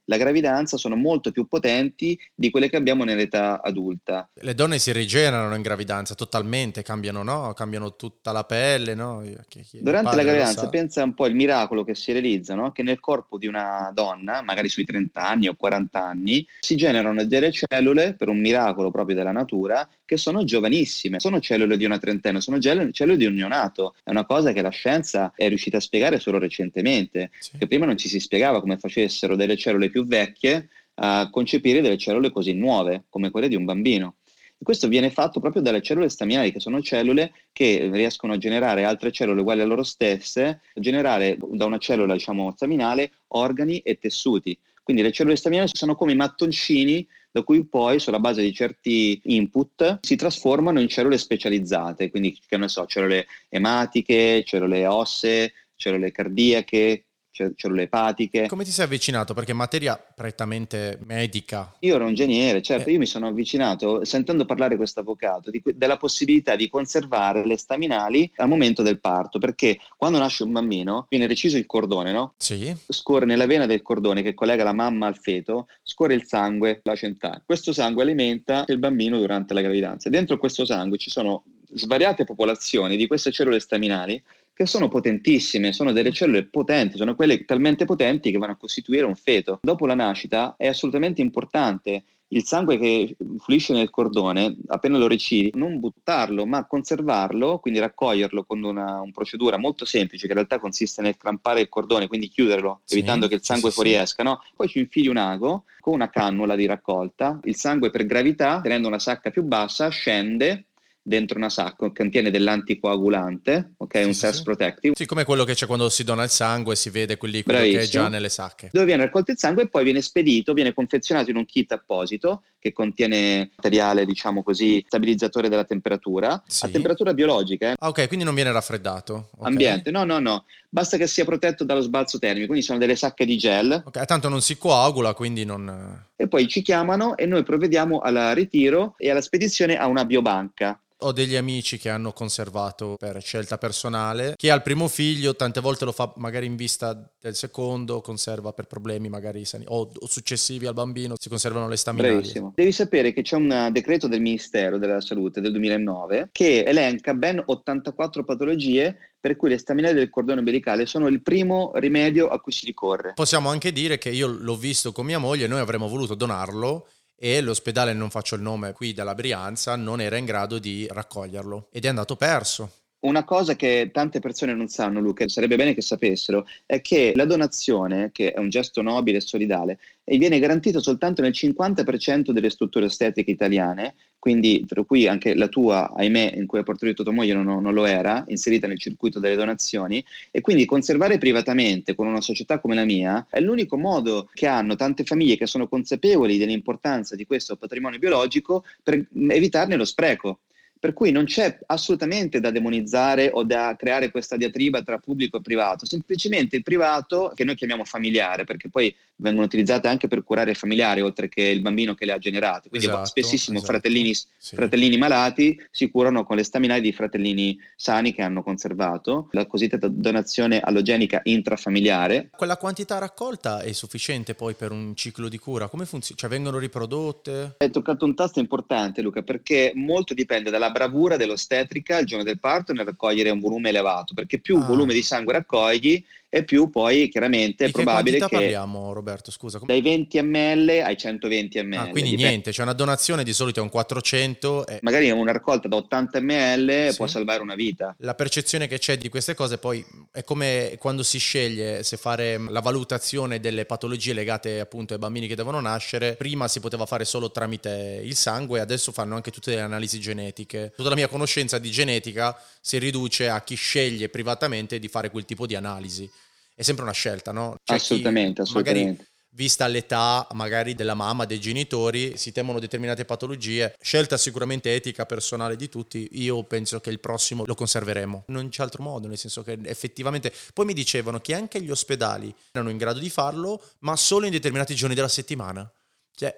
la gravidanza sono molto più potenti di quelle che abbiamo nell'età adulta. Le donne si rigenerano in gravidanza totalmente, cambiano, no? Cambiano tutta la pelle, no? Chi- chi- il Durante la padre lo gravidanza sa. pensa un po' il miracolo che si realizza, no? Che nel corpo di una donna, magari sui trenta anni o quaranta anni, si generano delle cellule, per un miracolo proprio della natura, che sono giovanissime, sono cellule di una trentenne, sono gel- cellule di un neonato. È una cosa che la scienza è riuscita a spiegare solo recentemente, Sì. che prima non ci si spiegava come facessero delle cellule più vecchie a concepire delle cellule così nuove, come quelle di un bambino. E questo viene fatto proprio dalle cellule staminali, che sono cellule che riescono a generare altre cellule uguali a loro stesse, a generare da una cellula, diciamo, staminale organi e tessuti. Quindi le cellule staminali sono come i mattoncini da cui poi, sulla base di certi input, si trasformano in cellule specializzate, quindi che ne so, cellule ematiche, cellule ossee, cellule cardiache, ce- cellule epatiche. Come ti sei avvicinato? Perché è materia prettamente medica. Io ero ingegnere, certo, Eh. io mi sono avvicinato, sentendo parlare questo avvocato, di que- della possibilità di conservare le staminali al momento del parto, perché quando nasce un bambino viene reciso il cordone, no? Sì. Scorre nella vena del cordone che collega la mamma al feto, scorre il sangue placentale. Questo sangue alimenta il bambino durante la gravidanza. Dentro questo sangue ci sono svariate popolazioni di queste cellule staminali che sono potentissime, sono delle cellule potenti, sono quelle talmente potenti che vanno a costituire un feto. Dopo la nascita è assolutamente importante il sangue che fluisce nel cordone, appena lo recidi, non buttarlo, ma conservarlo, quindi raccoglierlo con una, una procedura molto semplice, che in realtà consiste nel clampare il cordone, quindi chiuderlo, Sì, evitando che il sì, sangue sì, fuoriesca, no? Poi ci infili un ago con una cannula di raccolta, il sangue per gravità, tenendo una sacca più bassa, scende dentro una sacca che contiene dell'anticoagulante, ok? Sì, Un sì, self sì. protective. Sì, come quello che c'è quando si dona il sangue, si vede quel liquido che è già Bravissimo. nelle sacche. Dove viene raccolto il sangue e poi viene spedito, viene confezionato in un kit apposito che contiene materiale, diciamo così, stabilizzatore della temperatura, Sì. a temperatura biologica, eh, Ah, ok, quindi non viene raffreddato. Ok. ambiente. No, no, no, basta che sia protetto dallo sbalzo termico, quindi sono delle sacche di gel Ok, tanto non si coagula, quindi non... e poi ci chiamano e noi provvediamo al ritiro e alla spedizione a una biobanca. Ho degli amici che hanno conservato per scelta personale. Chi ha il primo figlio tante volte lo fa magari in vista del secondo, conserva per problemi magari sani- o, o successivi al bambino, si conservano le staminali. Bravissimo. Devi sapere che c'è un decreto del Ministero della Salute del duemilanove che elenca ben ottantaquattro patologie per cui le staminali del cordone ombelicale sono il primo rimedio a cui si ricorre. Possiamo anche dire che io l'ho visto con mia moglie, noi avremmo voluto donarlo e l'ospedale, non faccio il nome qui della Brianza, non era in grado di raccoglierlo ed è andato perso. Una cosa che tante persone non sanno, Luca, e sarebbe bene che sapessero, è che la donazione, che è un gesto nobile e solidale, e viene garantita soltanto nel cinquanta per cento delle strutture estetiche italiane, quindi tra cui anche la tua, ahimè, in cui hai partorito tua moglie non, non lo era, inserita nel circuito delle donazioni, e quindi conservare privatamente con una società come la mia è l'unico modo che hanno tante famiglie che sono consapevoli dell'importanza di questo patrimonio biologico per evitarne lo spreco. Per cui non c'è assolutamente da demonizzare o da creare questa diatriba tra pubblico e privato, semplicemente il privato, che noi chiamiamo familiare, perché poi vengono utilizzate anche per curare i familiari, oltre che il bambino che le ha generate. Quindi Esatto, spessissimo esatto. fratellini, Sì. fratellini malati si curano con le staminali di fratellini sani che hanno conservato, la cosiddetta donazione allogenica intrafamiliare. Quella quantità raccolta è sufficiente poi per un ciclo di cura? Come funziona? Cioè vengono riprodotte? Hai toccato un tasto importante, Luca, perché molto dipende dalla bravura dell'ostetrica il giorno del parto nel raccogliere un volume elevato, perché più Ah. volume di sangue raccogli e più poi chiaramente è Di che probabile quantità che parliamo, Roberto? Scusa. come- dai venti millilitri ai centoventi millilitri. Ah, quindi dipende. niente, c'è una donazione di solito è un quattrocento e Magari una raccolta da ottanta millilitri Sì. può salvare una vita. la percezione che c'è di queste cose poi è come quando si sceglie se fare la valutazione delle patologie legate appunto ai bambini che devono nascere. Prima si poteva fare solo tramite il sangue, adesso fanno anche tutte le analisi genetiche. Tutta la mia conoscenza di genetica si riduce a chi sceglie privatamente di fare quel tipo di analisi. È sempre una scelta, no? C'è chi Assolutamente, assolutamente. magari vista l'età magari della mamma, dei genitori, si temono determinate patologie. Scelta sicuramente etica personale di tutti, io penso che il prossimo lo conserveremo. Non c'è altro modo, nel senso che effettivamente... Poi mi dicevano che anche gli ospedali erano in grado di farlo, ma solo in determinati giorni della settimana. Cioè,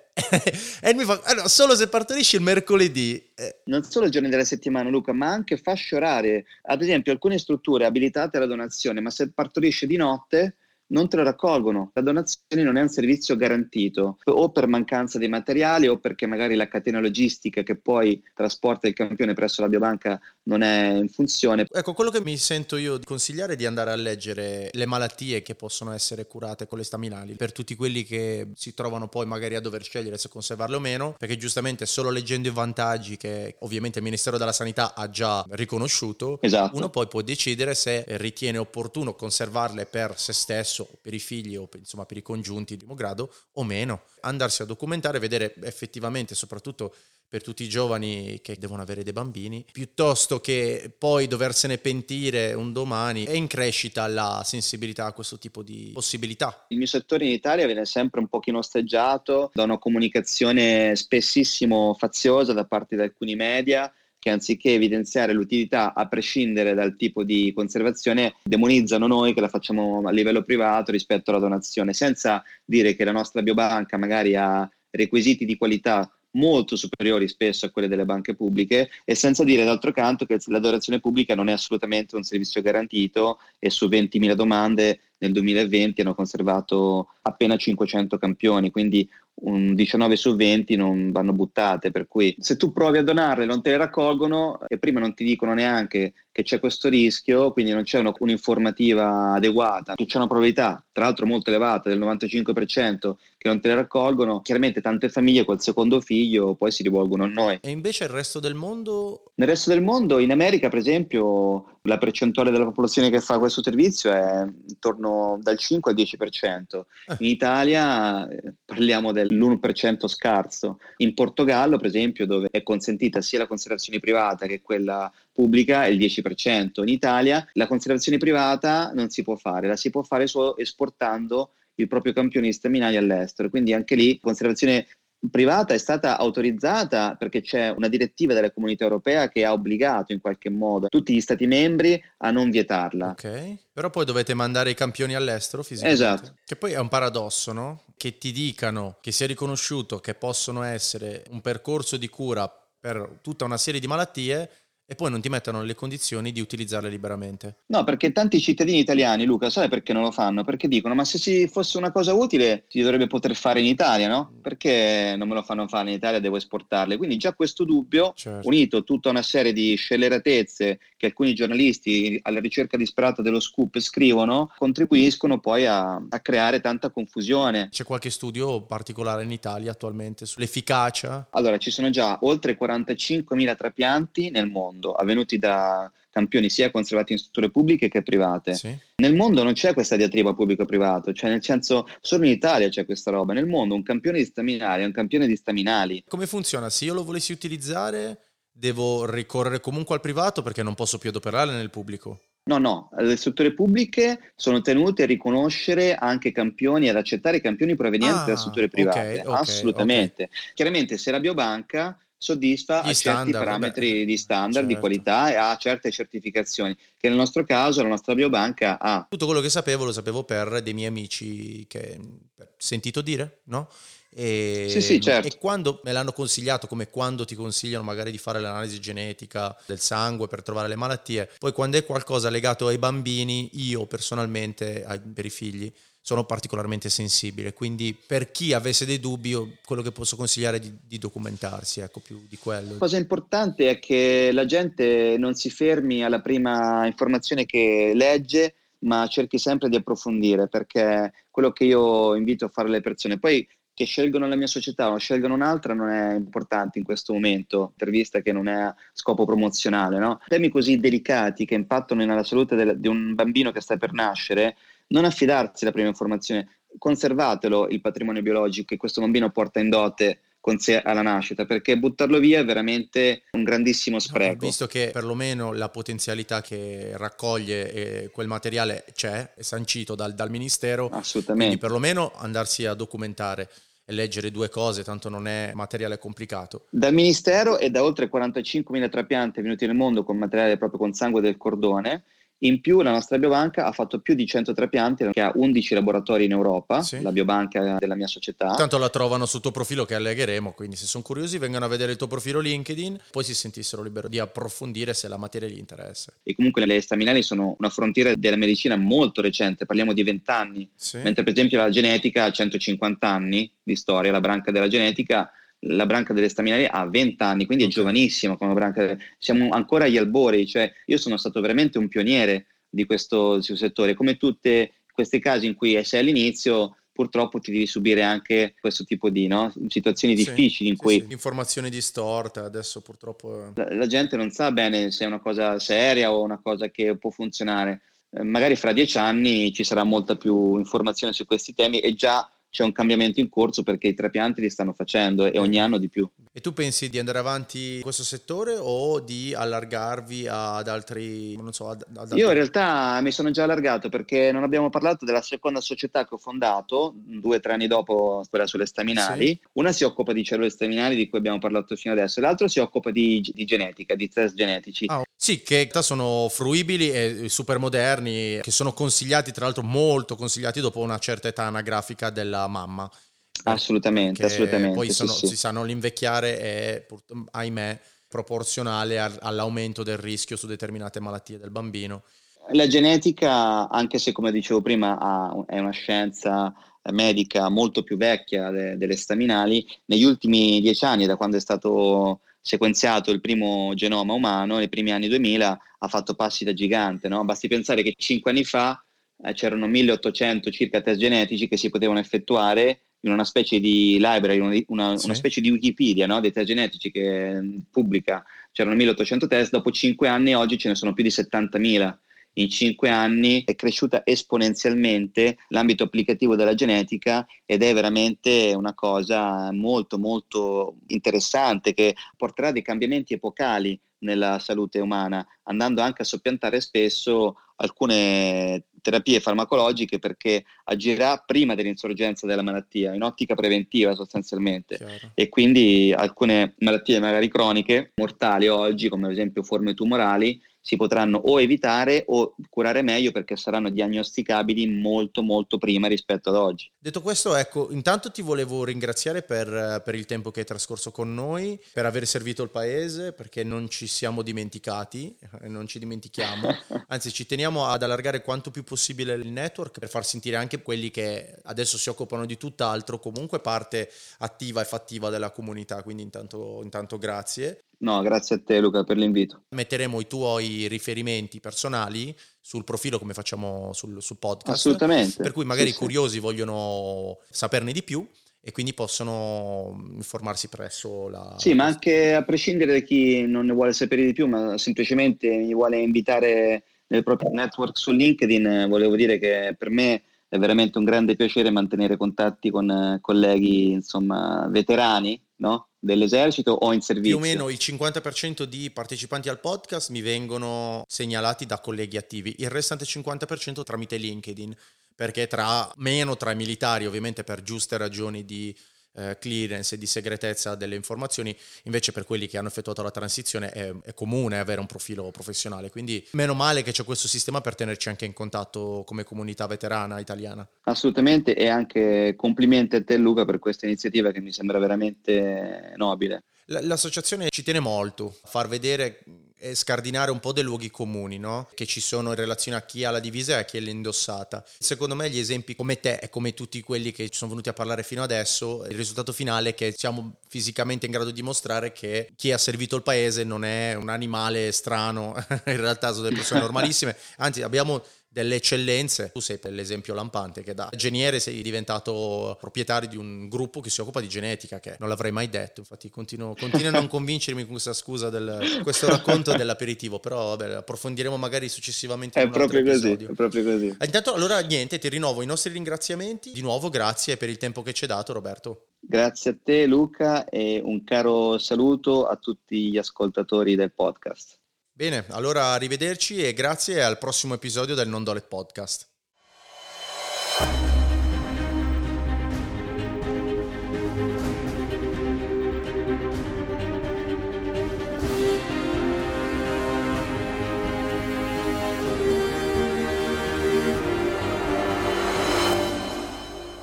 e mi fa, allora, solo se partorisci il mercoledì... eh, Non solo i giorni della settimana, Luca, ma anche fascia orarie. Ad esempio, alcune strutture abilitate alla donazione, ma se partorisce di notte non te lo raccolgono. La donazione non è un servizio garantito, o per mancanza di materiali o perché magari la catena logistica che poi trasporta il campione presso la biobanca non è in funzione. Ecco, quello che mi sento io di consigliare è di andare a leggere le malattie che possono essere curate con le staminali, per tutti quelli che si trovano poi magari a dover scegliere se conservarle o meno, perché giustamente solo leggendo i vantaggi che ovviamente il Ministero della Sanità ha già riconosciuto, esatto, uno poi può decidere se ritiene opportuno conservarle per se stesso, per i figli o per, insomma per i congiunti di primo grado o meno. Andarsi a documentare, vedere effettivamente, soprattutto per tutti i giovani che devono avere dei bambini, piuttosto che poi doversene pentire un domani. È in crescita la sensibilità a questo tipo di possibilità. Il mio settore in Italia viene sempre un pochino osteggiato da una comunicazione spessissimo faziosa da parte di alcuni media che anziché evidenziare l'utilità a prescindere dal tipo di conservazione demonizzano noi che la facciamo a livello privato rispetto alla donazione, senza dire che la nostra biobanca magari ha requisiti di qualità molto superiori spesso a quelle delle banche pubbliche, e senza dire d'altro canto che la donazione pubblica non è assolutamente un servizio garantito e su ventimila domande nel duemilaventi hanno conservato appena cinquecento campioni, quindi un diciannove su venti non vanno buttate, per cui se tu provi a donarle non te le raccolgono e prima non ti dicono neanche che c'è questo rischio, quindi non c'è una, un'informativa adeguata, c'è una probabilità tra l'altro molto elevata del novantacinque per cento che non te le raccolgono, chiaramente tante famiglie col secondo figlio poi si rivolgono a noi. E invece il resto del mondo? Nel resto del mondo, in America per esempio, la percentuale della popolazione che fa questo servizio è intorno dal cinque al dieci per cento. In Italia eh, parliamo dell'uno per cento scarso. In Portogallo, per esempio, dove è consentita sia la conservazione privata che quella pubblica, è il dieci per cento. In Italia la conservazione privata non si può fare, la si può fare solo esportando il proprio campione di staminali all'estero. Quindi anche lì conservazione privata è stata autorizzata perché c'è una direttiva della Comunità Europea che ha obbligato in qualche modo tutti gli stati membri a non vietarla. Ok, però poi dovete mandare i campioni all'estero fisicamente. Esatto. Che poi è un paradosso, no? Che ti dicano che sia riconosciuto che possono essere un percorso di cura per tutta una serie di malattie e poi non ti mettono nelle condizioni di utilizzarle liberamente. No, perché tanti cittadini italiani, Luca, sai perché non lo fanno? Perché dicono, ma se ci fosse una cosa utile si dovrebbe poter fare in Italia, no? Perché non me lo fanno fare in Italia, devo esportarle? Quindi già questo dubbio, Certo. unito a tutta una serie di scelleratezze che alcuni giornalisti alla ricerca disperata dello scoop scrivono, contribuiscono poi a, a creare tanta confusione. C'è qualche studio particolare in Italia attualmente sull'efficacia? Allora, ci sono già oltre quarantacinquemila trapianti nel mondo, avvenuti da campioni sia conservati in strutture pubbliche che private. Sì. Nel mondo non c'è questa diatriba pubblico-privato, cioè nel senso solo in Italia c'è questa roba. Nel mondo un campione di staminali è un campione di staminali. Come funziona? Se io lo volessi utilizzare, devo ricorrere comunque al privato perché non posso più adoperarle nel pubblico? No, no, le strutture pubbliche sono tenute a riconoscere anche campioni, ad accettare campioni provenienti Ah, da strutture private, ok, ok, assolutamente. Chiaramente se la biobanca soddisfa Gli a certi standard, parametri vabbè, di standard, di certo. qualità e ha certe certificazioni, che nel nostro caso la nostra biobanca ha. Tutto quello che sapevo lo sapevo per dei miei amici che per sentito dire, no? E, Sì, sì, certo. e quando me l'hanno consigliato, come quando ti consigliano magari di fare l'analisi genetica del sangue per trovare le malattie, poi quando è qualcosa legato ai bambini, io personalmente, ai, per i figli, sono particolarmente sensibile, quindi per chi avesse dei dubbi io quello che posso consigliare è di, di documentarsi, ecco, più di quello. La cosa importante è che la gente non si fermi alla prima informazione che legge, ma cerchi sempre di approfondire, perché quello che io invito a fare alle persone, poi che scelgono la mia società o scelgono un'altra non è importante in questo momento, per vista che non è a scopo promozionale, no? Temi così delicati che impattano nella salute del, di un bambino che sta per nascere, non affidarsi alla prima informazione, conservatelo il patrimonio biologico che questo bambino porta in dote con sé alla nascita, perché buttarlo via è veramente un grandissimo spreco. Visto che perlomeno la potenzialità che raccoglie eh, quel materiale c'è, è sancito dal, dal Ministero, Assolutamente. quindi perlomeno andarsi a documentare e leggere due cose, tanto non è materiale complicato. Dal Ministero e da oltre quarantacinquemila trapianti venuti nel mondo con materiale proprio con sangue del cordone, In più la nostra biobanca ha fatto più di cento trapianti, che ha undici laboratori in Europa, sì. La biobanca della mia società. Tanto la trovano sul tuo profilo che allegheremo, quindi se sono curiosi vengano a vedere il tuo profilo LinkedIn, poi si sentissero libero di approfondire se la materia gli interessa. E comunque le staminali sono una frontiera della medicina molto recente, parliamo di venti anni, sì. Mentre per esempio la genetica ha centocinquanta anni di storia, la branca della genetica, la branca delle staminali ha venti anni, quindi okay. È giovanissima come branca, siamo ancora agli albori, cioè io sono stato veramente un pioniere di questo, di questo settore, come tutti questi casi in cui sei all'inizio purtroppo ti devi subire anche questo tipo di no? situazioni sì, difficili in sì, cui sì. Informazioni distorte adesso purtroppo la, la gente non sa bene se è una cosa seria o una cosa che può funzionare, eh, magari fra dieci anni ci sarà molta più informazione su questi temi e già c'è un cambiamento in corso perché i trapianti li stanno facendo e ogni anno di più. E tu pensi di andare avanti in questo settore o di allargarvi ad altri, non so, ad, ad altri... Io in realtà mi sono già allargato perché non abbiamo parlato della seconda società che ho fondato due o tre anni dopo quella sulle staminali. Sì. Una si occupa di cellule staminali di cui abbiamo parlato fino adesso, l'altro si occupa di, di genetica, di test genetici. Ah, sì, che sono fruibili e super moderni, che sono consigliati, tra l'altro molto consigliati dopo una certa età anagrafica della mamma. Assolutamente, assolutamente. Poi sono, sì, sì. si sanno, l'invecchiare è, ahimè, proporzionale all'aumento del rischio su determinate malattie del bambino. La genetica, anche se come dicevo prima ha, è una scienza medica molto più vecchia de, delle staminali, negli ultimi dieci anni, da quando è stato sequenziato il primo genoma umano, nei primi anni duemila, ha fatto passi da gigante, no? Basti pensare che cinque anni fa eh, c'erano milleottocento circa test genetici che si potevano effettuare in una specie di library, una, una, sì. una specie di Wikipedia, no? Dei test genetici che mh, pubblica, c'erano milleottocento test, dopo cinque anni oggi ce ne sono più di settantamila. In cinque anni è cresciuta esponenzialmente l'ambito applicativo della genetica ed è veramente una cosa molto molto interessante che porterà dei cambiamenti epocali nella salute umana, andando anche a soppiantare spesso alcune terapie farmacologiche perché agirà prima dell'insorgenza della malattia, in ottica preventiva sostanzialmente. Chiaro. E quindi alcune malattie magari croniche, mortali oggi, come ad esempio forme tumorali, si potranno o evitare o curare meglio perché saranno diagnosticabili molto molto prima rispetto ad oggi. Detto questo, ecco, intanto ti volevo ringraziare per, per il tempo che hai trascorso con noi, per aver servito il paese, perché non ci siamo dimenticati, non ci dimentichiamo, anzi ci teniamo ad allargare quanto più possibile il network per far sentire anche quelli che adesso si occupano di tutt'altro, comunque parte attiva e fattiva della comunità, quindi intanto, intanto grazie. No, grazie a te Luca per l'invito. Metteremo i tuoi riferimenti personali sul profilo come facciamo sul, sul podcast. Assolutamente. Per cui magari sì, curiosi sì. vogliono saperne di più e quindi possono informarsi presso la... Sì, ma anche a prescindere da chi non ne vuole sapere di più, ma semplicemente mi vuole invitare nel proprio network su LinkedIn, volevo dire che per me è veramente un grande piacere mantenere contatti con colleghi, insomma, veterani, no? Dell'esercito o in servizio. Più o meno il cinquanta per cento di partecipanti al podcast mi vengono segnalati da colleghi attivi, il restante cinquanta per cento tramite LinkedIn, perché tra meno tra i militari, ovviamente per giuste ragioni di eh, clearance e di segretezza delle informazioni, invece per quelli che hanno effettuato la transizione è, è comune avere un profilo professionale, quindi meno male che c'è questo sistema per tenerci anche in contatto come comunità veterana italiana. Assolutamente, e anche complimenti a te Luca per questa iniziativa che mi sembra veramente nobile. L'associazione ci tiene molto a far vedere e scardinare un po' dei luoghi comuni, no? Che ci sono in relazione a chi ha la divisa e a chi l'ha indossata. Secondo me gli esempi come te e come tutti quelli che ci sono venuti a parlare fino adesso, il risultato finale è che siamo fisicamente in grado di dimostrare che chi ha servito il paese non è un animale strano, in realtà sono delle persone normalissime, anzi abbiamo delle eccellenze. Tu sei per l'esempio lampante che da ingegnere sei diventato proprietario di un gruppo che si occupa di genetica, che non l'avrei mai detto, infatti continuo, continuo a non convincermi con questa scusa del questo racconto dell'aperitivo, però vabbè, approfondiremo magari successivamente in è un altro proprio così, episodio. È proprio così. Intanto allora niente, ti rinnovo i nostri ringraziamenti, di nuovo grazie per il tempo che ci hai dato Roberto. Grazie a te Luca e un caro saluto a tutti gli ascoltatori del podcast. Bene, allora arrivederci e grazie al prossimo episodio del Non Dolet Podcast.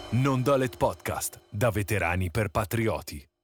Non Dolet Podcast, da veterani per patrioti.